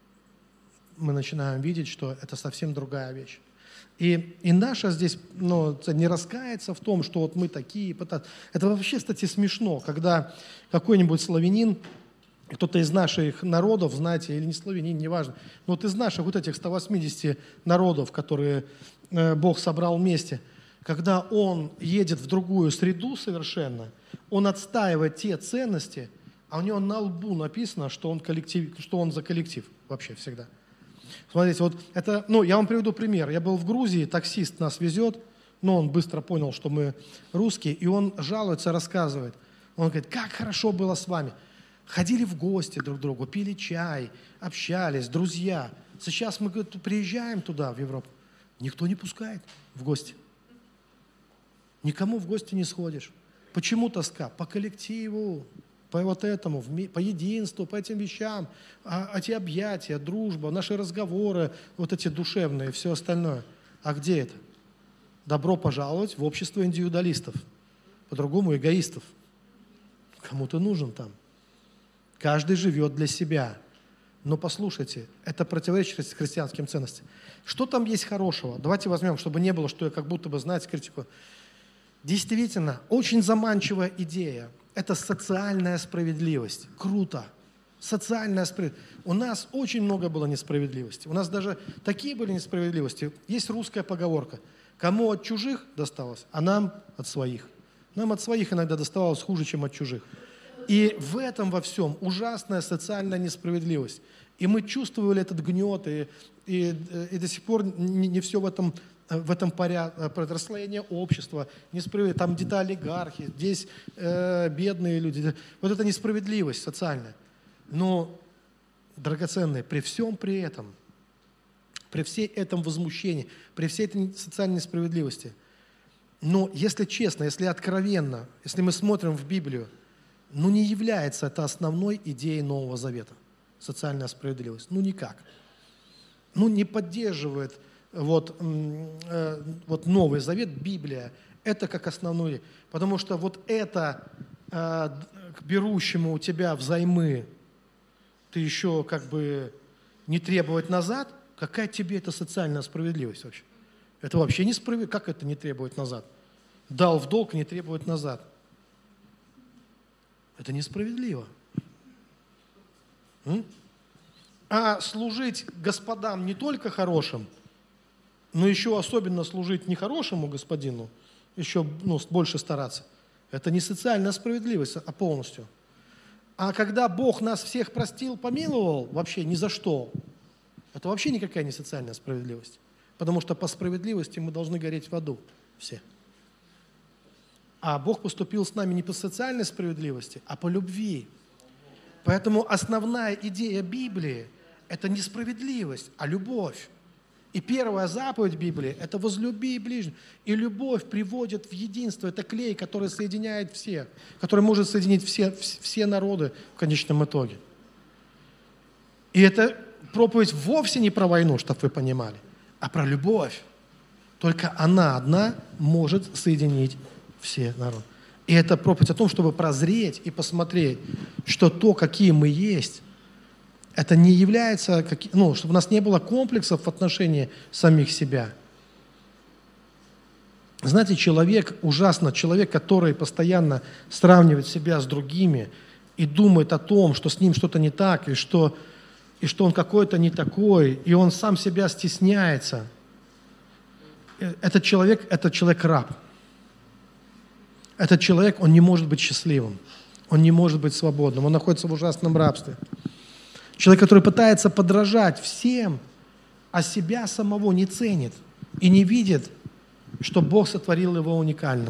мы начинаем видеть, что это совсем другая вещь. И, и наша здесь ну, не раскается в том, что вот мы такие. Это вообще, кстати, смешно, когда какой-нибудь славянин, кто-то из наших народов, знаете, или не славянин, неважно, но вот из наших вот этих ста восьмидесяти народов, которые э, Бог собрал вместе, когда он едет в другую среду совершенно, он отстаивает те ценности, а у него на лбу написано, что он, коллектив, что он за коллектив вообще всегда. Смотрите, вот это, ну, я вам приведу пример. Я был в Грузии, таксист нас везет, но он быстро понял, что мы русские, и он жалуется, рассказывает. Он говорит, как хорошо было с вами. Ходили в гости друг к другу, пили чай, общались, друзья. Сейчас мы, говорит, приезжаем туда, в Европу. Никто не пускает в гости. Никому в гости не сходишь. Почему тоска? По коллективу, по вот этому, по единству, по этим вещам, а, эти объятия, дружба, наши разговоры, вот эти душевные, все остальное. А где это? Добро пожаловать в общество индивидуалистов, по-другому эгоистов. Кому ты нужен там? Каждый живет для себя. Но послушайте, это противоречит христианским ценностям. Что там есть хорошего? Давайте возьмем, чтобы не было, что я как будто бы, знаете, критикую. Действительно, очень заманчивая идея. Это социальная справедливость. Круто. Социальная справедливость. У нас очень много было несправедливости. У нас даже такие были несправедливости. Есть русская поговорка. Кому от чужих досталось, а нам от своих. Нам от своих иногда доставалось хуже, чем от чужих. И в этом во всем ужасная социальная несправедливость. И мы чувствовали этот гнет, и, и, и до сих пор не, не все в этом, в этом порядке, расслоение общества, несправедливость. Там где-то олигархи, здесь э, бедные люди. Вот это несправедливость социальная. Но, драгоценные, при всем при этом, при всей этом возмущении, при всей этой социальной несправедливости, но если честно, если откровенно, если мы смотрим в Библию, ну не является это основной идеей Нового Завета, социальная справедливость. Ну никак. Ну не поддерживает вот, э, вот Новый Завет, Библия, это как основной. Потому что вот это э, к берущему у тебя взаймы ты еще как бы не требовать назад, какая тебе это социальная справедливость вообще? Это вообще не справедливо. Как это не требовать назад? Дал в долг, не требовать назад. Это несправедливо. М? А служить господам не только хорошим, но еще особенно служить нехорошему господину, еще ну, больше стараться. Это не социальная справедливость, а полностью. А когда Бог нас всех простил, помиловал, вообще ни за что, это вообще никакая не социальная справедливость. Потому что по справедливости мы должны гореть в аду все. А Бог поступил с нами не по социальной справедливости, а по любви. Поэтому основная идея Библии – это не справедливость, а любовь. И первая заповедь Библии – это возлюби ближнего. И любовь приводит в единство. Это клей, который соединяет всех, который может соединить все, все народы в конечном итоге. И эта проповедь вовсе не про войну, чтобы вы понимали, а про любовь. Только она одна может соединить все народы. И это проповедь о том, чтобы прозреть и посмотреть, что то, какие мы есть, это не является, ну, чтобы у нас не было комплексов в отношении самих себя. Знаете, человек, ужасно, человек, который постоянно сравнивает себя с другими и думает о том, что с ним что-то не так, и что, и что он какой-то не такой, и он сам себя стесняется. Этот человек, этот человек-раб. Этот человек, он не может быть счастливым, он не может быть свободным, он находится в ужасном рабстве. Человек, который пытается подражать всем, а себя самого не ценит и не видит, что Бог сотворил его уникальным.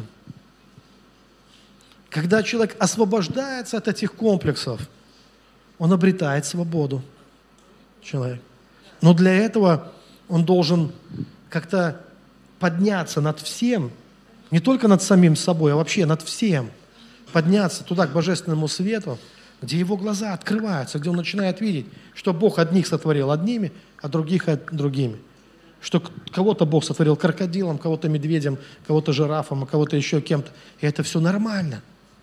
Когда человек освобождается от этих комплексов, он обретает свободу. Человек. Но для этого он должен как-то подняться над всем, не только над самим собой, а вообще над всем, подняться туда, к божественному свету, где его глаза открываются, где он начинает видеть, что Бог одних сотворил одними, а других другими. Что кого-то Бог сотворил крокодилом, кого-то медведем, кого-то жирафом, а кого-то еще кем-то. И это все нормально.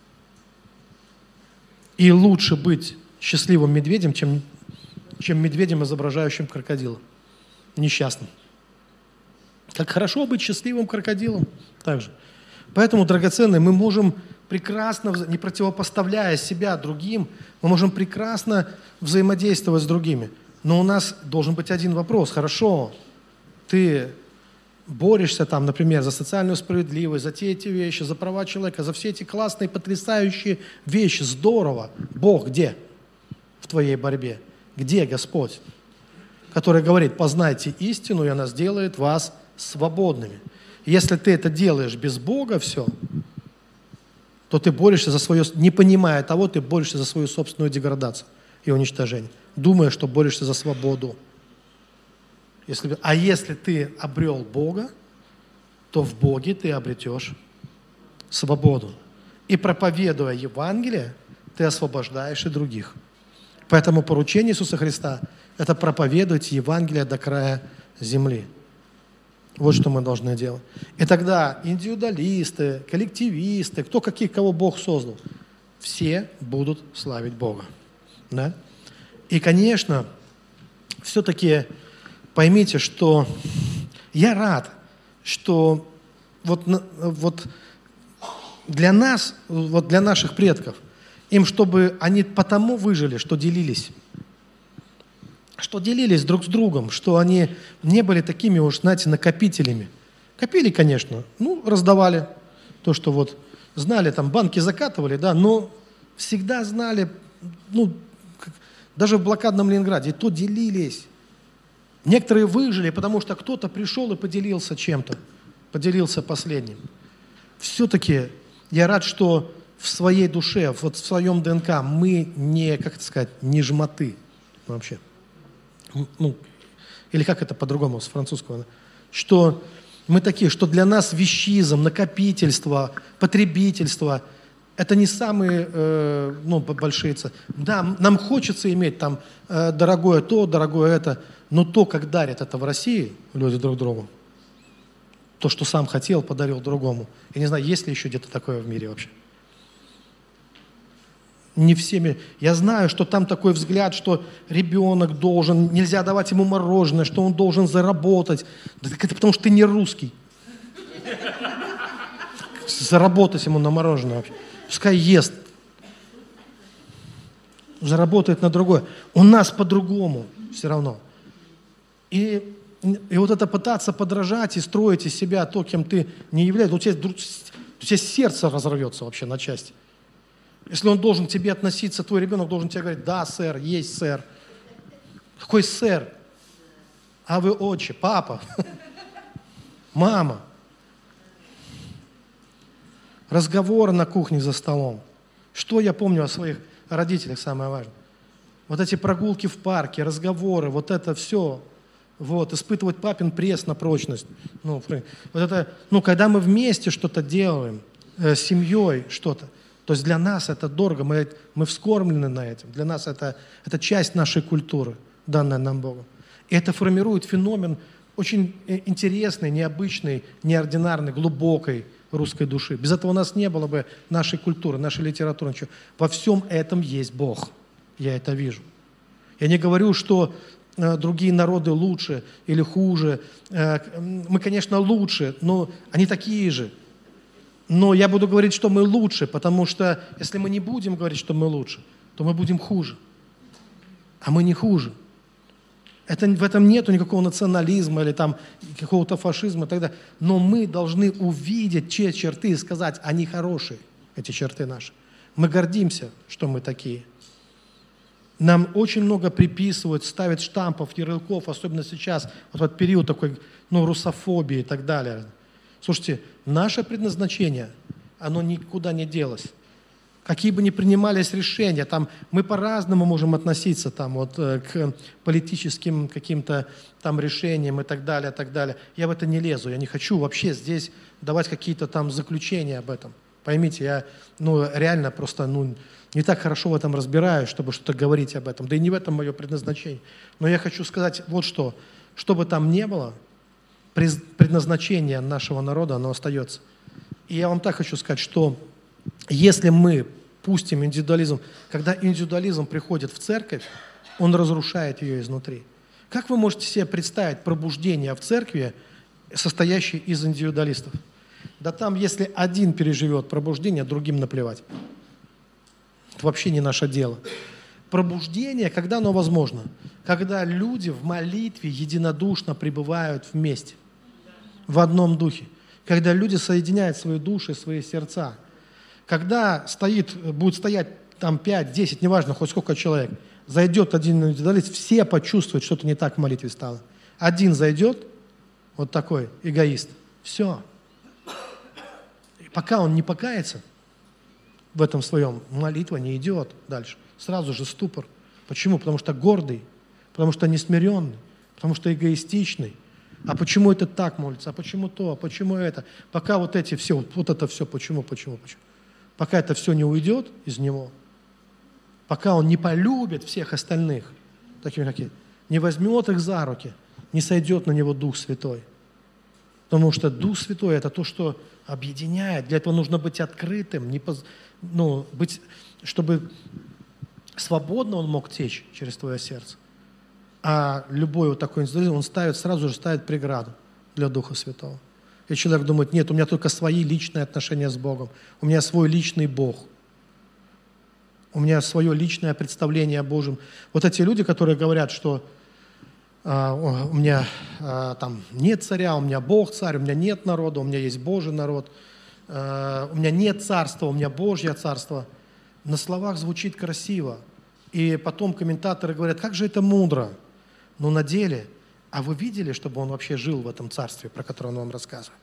И лучше быть счастливым медведем, чем, чем медведем, изображающим крокодила. Несчастным. Как хорошо быть счастливым крокодилом также. Поэтому, драгоценные, мы можем прекрасно, не противопоставляя себя другим, мы можем прекрасно взаимодействовать с другими. Но у нас должен быть один вопрос. Хорошо, ты борешься там, например, за социальную справедливость, за те эти вещи, за права человека, за все эти классные, потрясающие вещи. Здорово. Бог где в твоей борьбе? Где Господь, который говорит: познайте истину, и она сделает вас свободными. Если ты это делаешь без Бога все, то ты борешься за свое, не понимая того, ты борешься за свою собственную деградацию и уничтожение, думая, что борешься за свободу. Если, а если ты обрел Бога, то в Боге ты обретешь свободу. И проповедуя Евангелие, ты освобождаешь и других. Поэтому поручение Иисуса Христа – это проповедовать Евангелие до края земли. Вот что мы должны делать. И тогда индивидуалисты, коллективисты, кто каких, кого Бог создал, все будут славить Бога. Да? И, конечно, все-таки поймите, что я рад, что вот, вот для нас, вот для наших предков, им, чтобы они потому выжили, что делились. Что делились друг с другом, что они не были такими уж, знаете, накопителями. Копили, конечно, ну, раздавали то, что вот знали, там, банки закатывали, да, но всегда знали, ну, даже в блокадном Ленинграде, то делились. Некоторые выжили, потому что кто-то пришел и поделился чем-то, поделился последним. Все-таки я рад, что в своей душе, вот в своем ДНК мы не, как это сказать, не жмоты вообще. Ну, или как это по-другому с французского, что мы такие, что для нас вещизм, накопительство, потребительство – это не самые э, ну, большие цели. Да, нам хочется иметь там э, дорогое то, дорогое это, но то, как дарят это в России люди друг другу, то, что сам хотел, подарил другому. Я не знаю, есть ли еще где-то такое в мире вообще. Не всеми. Я знаю, что там такой взгляд, что ребенок должен, нельзя давать ему мороженое, что он должен заработать. Да так это потому, что ты не русский. Заработать ему на мороженое вообще. Пускай ест. Заработает на другое. У нас по-другому все равно. И И вот это пытаться подражать и строить из себя то, кем ты не являешься, у тебя, у тебя сердце разорвется вообще на части. Если он должен к тебе относиться, твой ребенок должен тебе говорить: да, сэр, есть сэр. Какой сэр? А вы отче, папа, мама. Разговоры на кухне за столом. Что я помню о своих родителях, самое важное? Вот эти прогулки в парке, разговоры, вот это все. Вот, испытывать папин пресс на прочность. Ну, вот это, ну, когда мы вместе что-то делаем, э, с семьей что-то, то есть для нас это дорого, мы, мы вскормлены на этом. Для нас это, это часть нашей культуры, данная нам Богом. И это формирует феномен очень интересной, необычной, неординарной, глубокой русской души. Без этого у нас не было бы нашей культуры, нашей литературы, ничего. Во всем этом есть Бог. Я это вижу. Я не говорю, что э, другие народы лучше или хуже. Э, мы, конечно, лучше, но они такие же. Но я буду говорить, что мы лучше, потому что если мы не будем говорить, что мы лучше, то мы будем хуже. А мы не хуже. Это, в этом нету никакого национализма или там какого-то фашизма и так далее. Но мы должны увидеть те черты и сказать: они хорошие, эти черты наши. Мы гордимся, что мы такие. Нам очень много приписывают, ставят штампов, ярлыков, особенно сейчас, вот в этот период такой, ну, русофобии и так далее. Слушайте, наше предназначение, оно никуда не делось. Какие бы ни принимались решения, там, мы по-разному можем относиться там, вот, к политическим каким-то там решениям и так далее, и так далее. Я в это не лезу, я не хочу вообще здесь давать какие-то там заключения об этом. Поймите, я ну, реально просто ну, не так хорошо в этом разбираюсь, чтобы что-то говорить об этом. Да и не в этом мое предназначение. Но я хочу сказать вот что. Что бы там ни было, предназначение нашего народа, оно остается. И я вам так хочу сказать, что если мы пустим индивидуализм, когда индивидуализм приходит в церковь, он разрушает ее изнутри. Как вы можете себе представить пробуждение в церкви, состоящее из индивидуалистов? Да там, если один переживет пробуждение, другим наплевать. Это вообще не наше дело. Пробуждение, когда оно возможно? Когда люди в молитве единодушно пребывают вместе, в одном духе. Когда люди соединяют свои души, свои сердца. Когда стоит, будет стоять там пять, десять, неважно, хоть сколько человек, зайдет один индивидуалист, все почувствуют, что-то не так в молитве стало. Один зайдет, вот такой эгоист, все. И пока он не покается в этом своем, молитва не идет дальше. Сразу же ступор. Почему? Потому что гордый, потому что несмиренный, потому что эгоистичный. А почему это так молится? А почему то? А почему это? Пока вот эти все, вот, вот это все, почему, почему, почему? Пока это все не уйдет из него, пока он не полюбит всех остальных, такими какие, не возьмет их за руки, не сойдет на него Дух Святой. Потому что Дух Святой – это то, что объединяет. Для этого нужно быть открытым, не поз... ну, быть, чтобы свободно он мог течь через твое сердце. А любой вот такой индивидуализм, он ставит, сразу же ставит преграду для Духа Святого. И человек думает: нет, у меня только свои личные отношения с Богом, у меня свой личный Бог, у меня свое личное представление о Божьем. Вот эти люди, которые говорят, что а, у меня а, там нет царя, у меня Бог царь, у меня нет народа, у меня есть Божий народ, а, у меня нет царства, у меня Божье царство. На словах звучит красиво. И потом комментаторы говорят: как же это мудро. Но на деле, а вы видели, чтобы он вообще жил в этом царстве, про которое он вам рассказывает?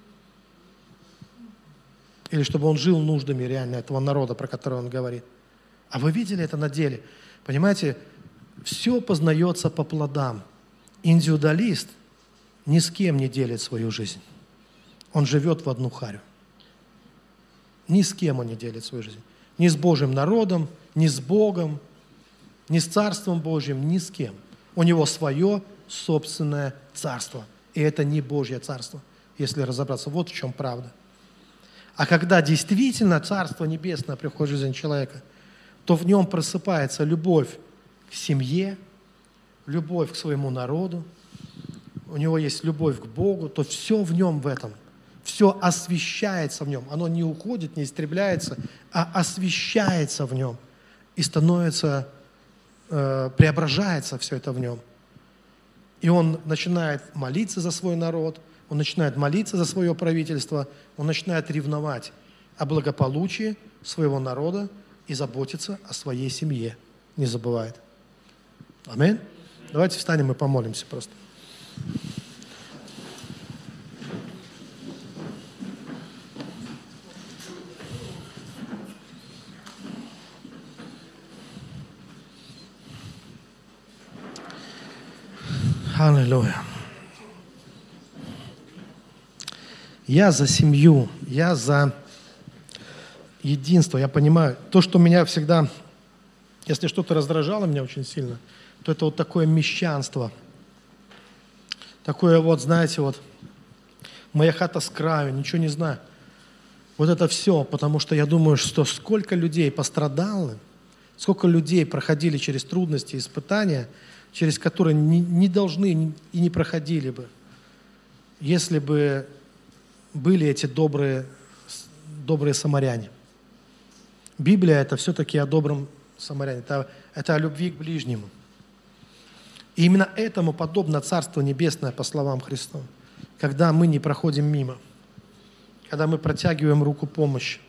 Или чтобы он жил нуждами реально этого народа, про который он говорит? А вы видели это на деле? Понимаете, все познается по плодам. Индивидуалист ни с кем не делит свою жизнь. Он живет в одну харю. Ни с кем он не делит свою жизнь. Ни с Божьим народом, ни с Богом, ни с Царством Божьим, ни с кем. У него свое собственное царство. И это не Божье царство, если разобраться. Вот в чем правда. А когда действительно Царство Небесное приходит в жизнь человека, то в нем просыпается любовь к семье, любовь к своему народу, у него есть любовь к Богу, то все в нем в этом, все освещается в нем. Оно не уходит, не истребляется, а освещается в нем и становится, э, преображается все это в нем. И он начинает молиться за свой народ, он начинает молиться за свое правительство, он начинает ревновать о благополучии своего народа и заботиться о своей семье. Не забывает. Аминь. Давайте встанем и помолимся просто. Аллилуйя. Я за семью, я за единство. Я понимаю, то, что меня всегда, если что-то раздражало меня очень сильно, то это вот такое мещанство. Такое вот, знаете, вот, моя хата с краю, ничего не знаю. Вот это все, потому что я думаю, что сколько людей пострадало, сколько людей проходили через трудности, испытания, через которые не, не должны и не проходили бы, если бы были эти добрые, добрые самаряне. Библия – это все-таки о добром самаряне, это, это о любви к ближнему. И именно этому подобно Царство Небесное, по словам Христа, когда мы не проходим мимо, когда мы протягиваем руку помощи.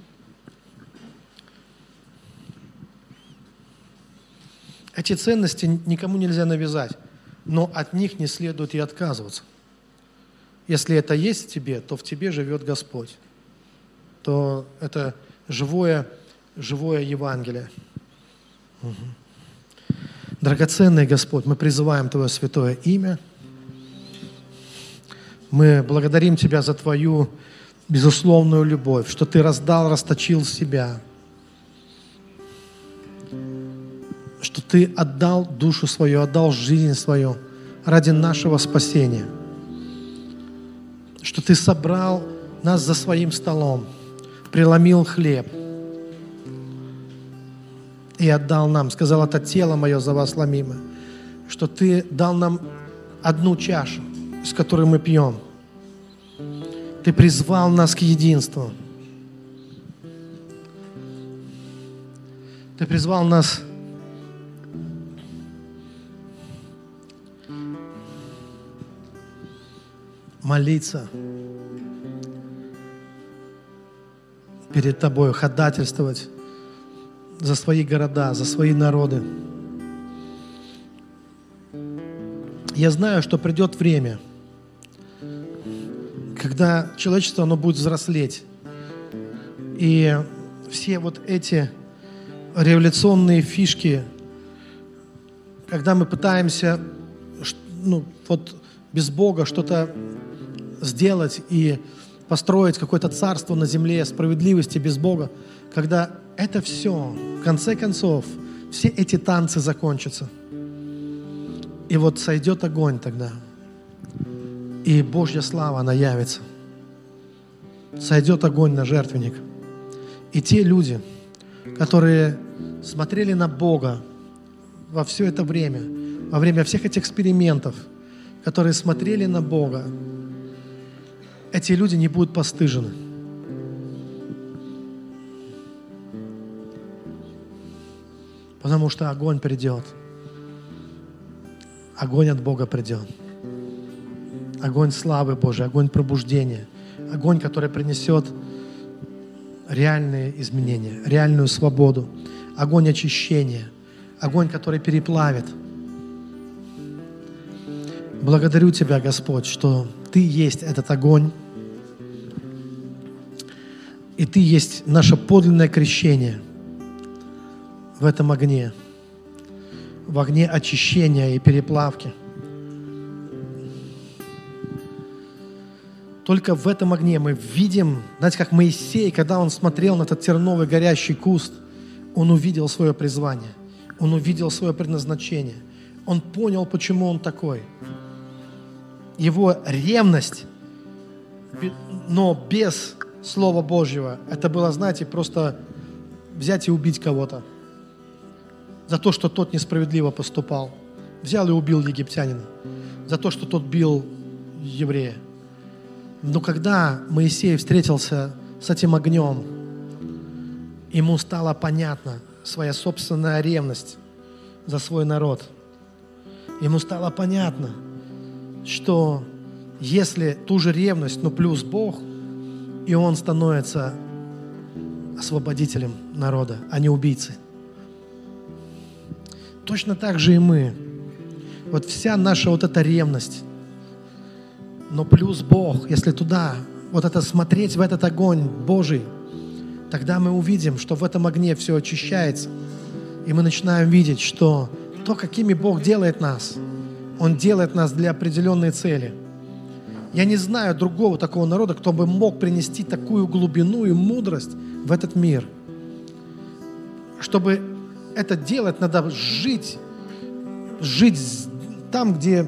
Эти ценности никому нельзя навязать, но от них не следует и отказываться. Если это есть в тебе, то в тебе живет Господь. То это живое, живое Евангелие. Угу. Драгоценный Господь, мы призываем Твое святое имя. Мы благодарим Тебя за Твою безусловную любовь, что Ты раздал, расточил себя, что Ты отдал душу свою, отдал жизнь свою ради нашего спасения, что Ты собрал нас за своим столом, преломил хлеб и отдал нам, сказал, это тело мое за вас ломимо, что Ты дал нам одну чашу, с которой мы пьем. Ты призвал нас к единству. Ты призвал нас молиться перед Тобой, ходатайствовать за свои города, за свои народы. Я знаю, что придет время, когда человечество, оно будет взрослеть, и все вот эти революционные фишки, когда мы пытаемся, ну, вот без Бога что-то сделать и построить какое-то царство на земле справедливости без Бога, когда это все, в конце концов, все эти танцы закончатся. И вот сойдет огонь тогда, и Божья слава, она явится. Сойдет огонь на жертвенник. И те люди, которые смотрели на Бога во все это время, во время всех этих экспериментов, которые смотрели на Бога, эти люди не будут постыжены. Потому что огонь придет. Огонь от Бога придет. Огонь славы Божией, огонь пробуждения. Огонь, который принесет реальные изменения, реальную свободу. Огонь очищения. Огонь, который переплавит. Благодарю Тебя, Господь, что Ты есть этот огонь, и Ты есть наше подлинное крещение в этом огне, в огне очищения и переплавки. Только в этом огне мы видим, знаете, как Моисей, когда он смотрел на этот терновый горящий куст, он увидел свое призвание, он увидел свое предназначение, он понял, почему он такой. Его ревность, но без Слова Божьего, это было, знаете, просто взять и убить кого-то за то, что тот несправедливо поступал. Взял и убил египтянина за то, что тот бил еврея. Но когда Моисей встретился с этим огнем, ему стало понятна своя собственная ревность за свой народ. ему стало понятно, что если ту же ревность, но плюс Бог, и он становится освободителем народа, а не убийцей. Точно так же и мы. Вот вся наша вот эта ревность, но плюс Бог, если туда, вот это смотреть в этот огонь Божий, тогда мы увидим, что в этом огне все очищается. И мы начинаем видеть, что то, какими Бог делает нас, Он делает нас для определенной цели. Я не знаю другого такого народа, кто бы мог принести такую глубину и мудрость в этот мир. Чтобы это делать, надо жить, жить там, где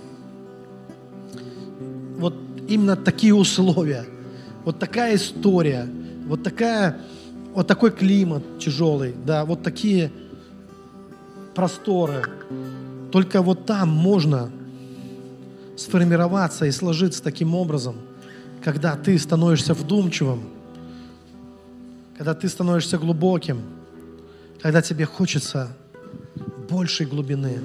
вот именно такие условия, вот такая история, вот, такая, вот такой климат тяжелый, да, вот такие просторы. Только вот там можно сформироваться и сложиться таким образом, когда ты становишься вдумчивым, когда ты становишься глубоким, когда тебе хочется большей глубины.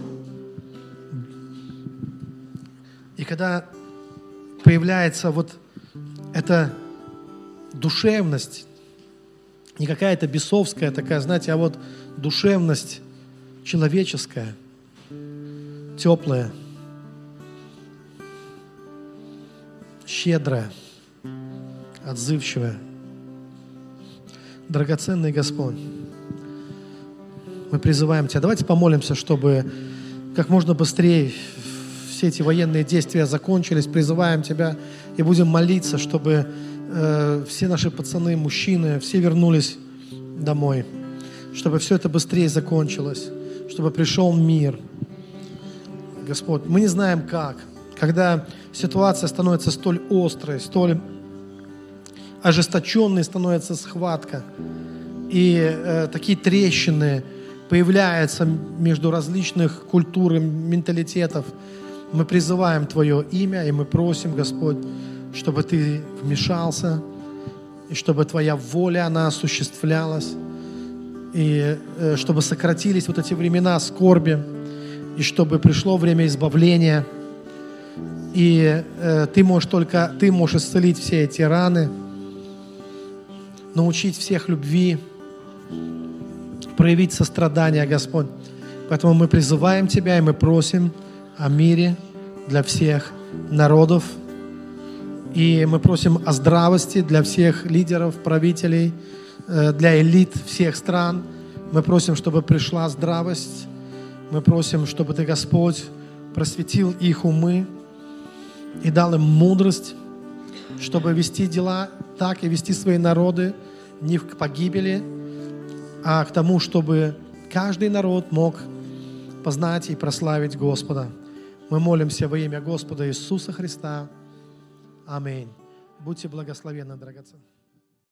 И когда появляется вот эта душевность, не какая-то бесовская такая, знаете, а вот душевность человеческая, теплая, щедрая, отзывчивая. Драгоценный Господь, мы призываем Тебя. Давайте помолимся, чтобы как можно быстрее все эти военные действия закончились. Призываем Тебя и будем молиться, чтобы э, все наши пацаны, мужчины, все вернулись домой, чтобы все это быстрее закончилось, чтобы пришел мир. Господь, мы не знаем как, когда ситуация становится столь острой, столь ожесточенной становится схватка, и э, такие трещины появляются между различных культур и менталитетов. Мы призываем Твое имя, и мы просим, Господь, чтобы Ты вмешался, и чтобы Твоя воля, она осуществлялась, и э, чтобы сократились вот эти времена скорби, и чтобы пришло время избавления. И э, Ты можешь только, Ты можешь исцелить все эти раны, научить всех любви, проявить сострадание, Господь. Поэтому мы призываем Тебя, и мы просим о мире для всех народов. И мы просим о здравости для всех лидеров, правителей, для элит всех стран. Мы просим, чтобы пришла здравость. Мы просим, чтобы Ты, Господь, просветил их умы и дал им мудрость, чтобы вести дела так и вести свои народы не к погибели, а к тому, чтобы каждый народ мог познать и прославить Господа. Мы молимся во имя Господа Иисуса Христа. Аминь. Будьте благословенны, драгоценные.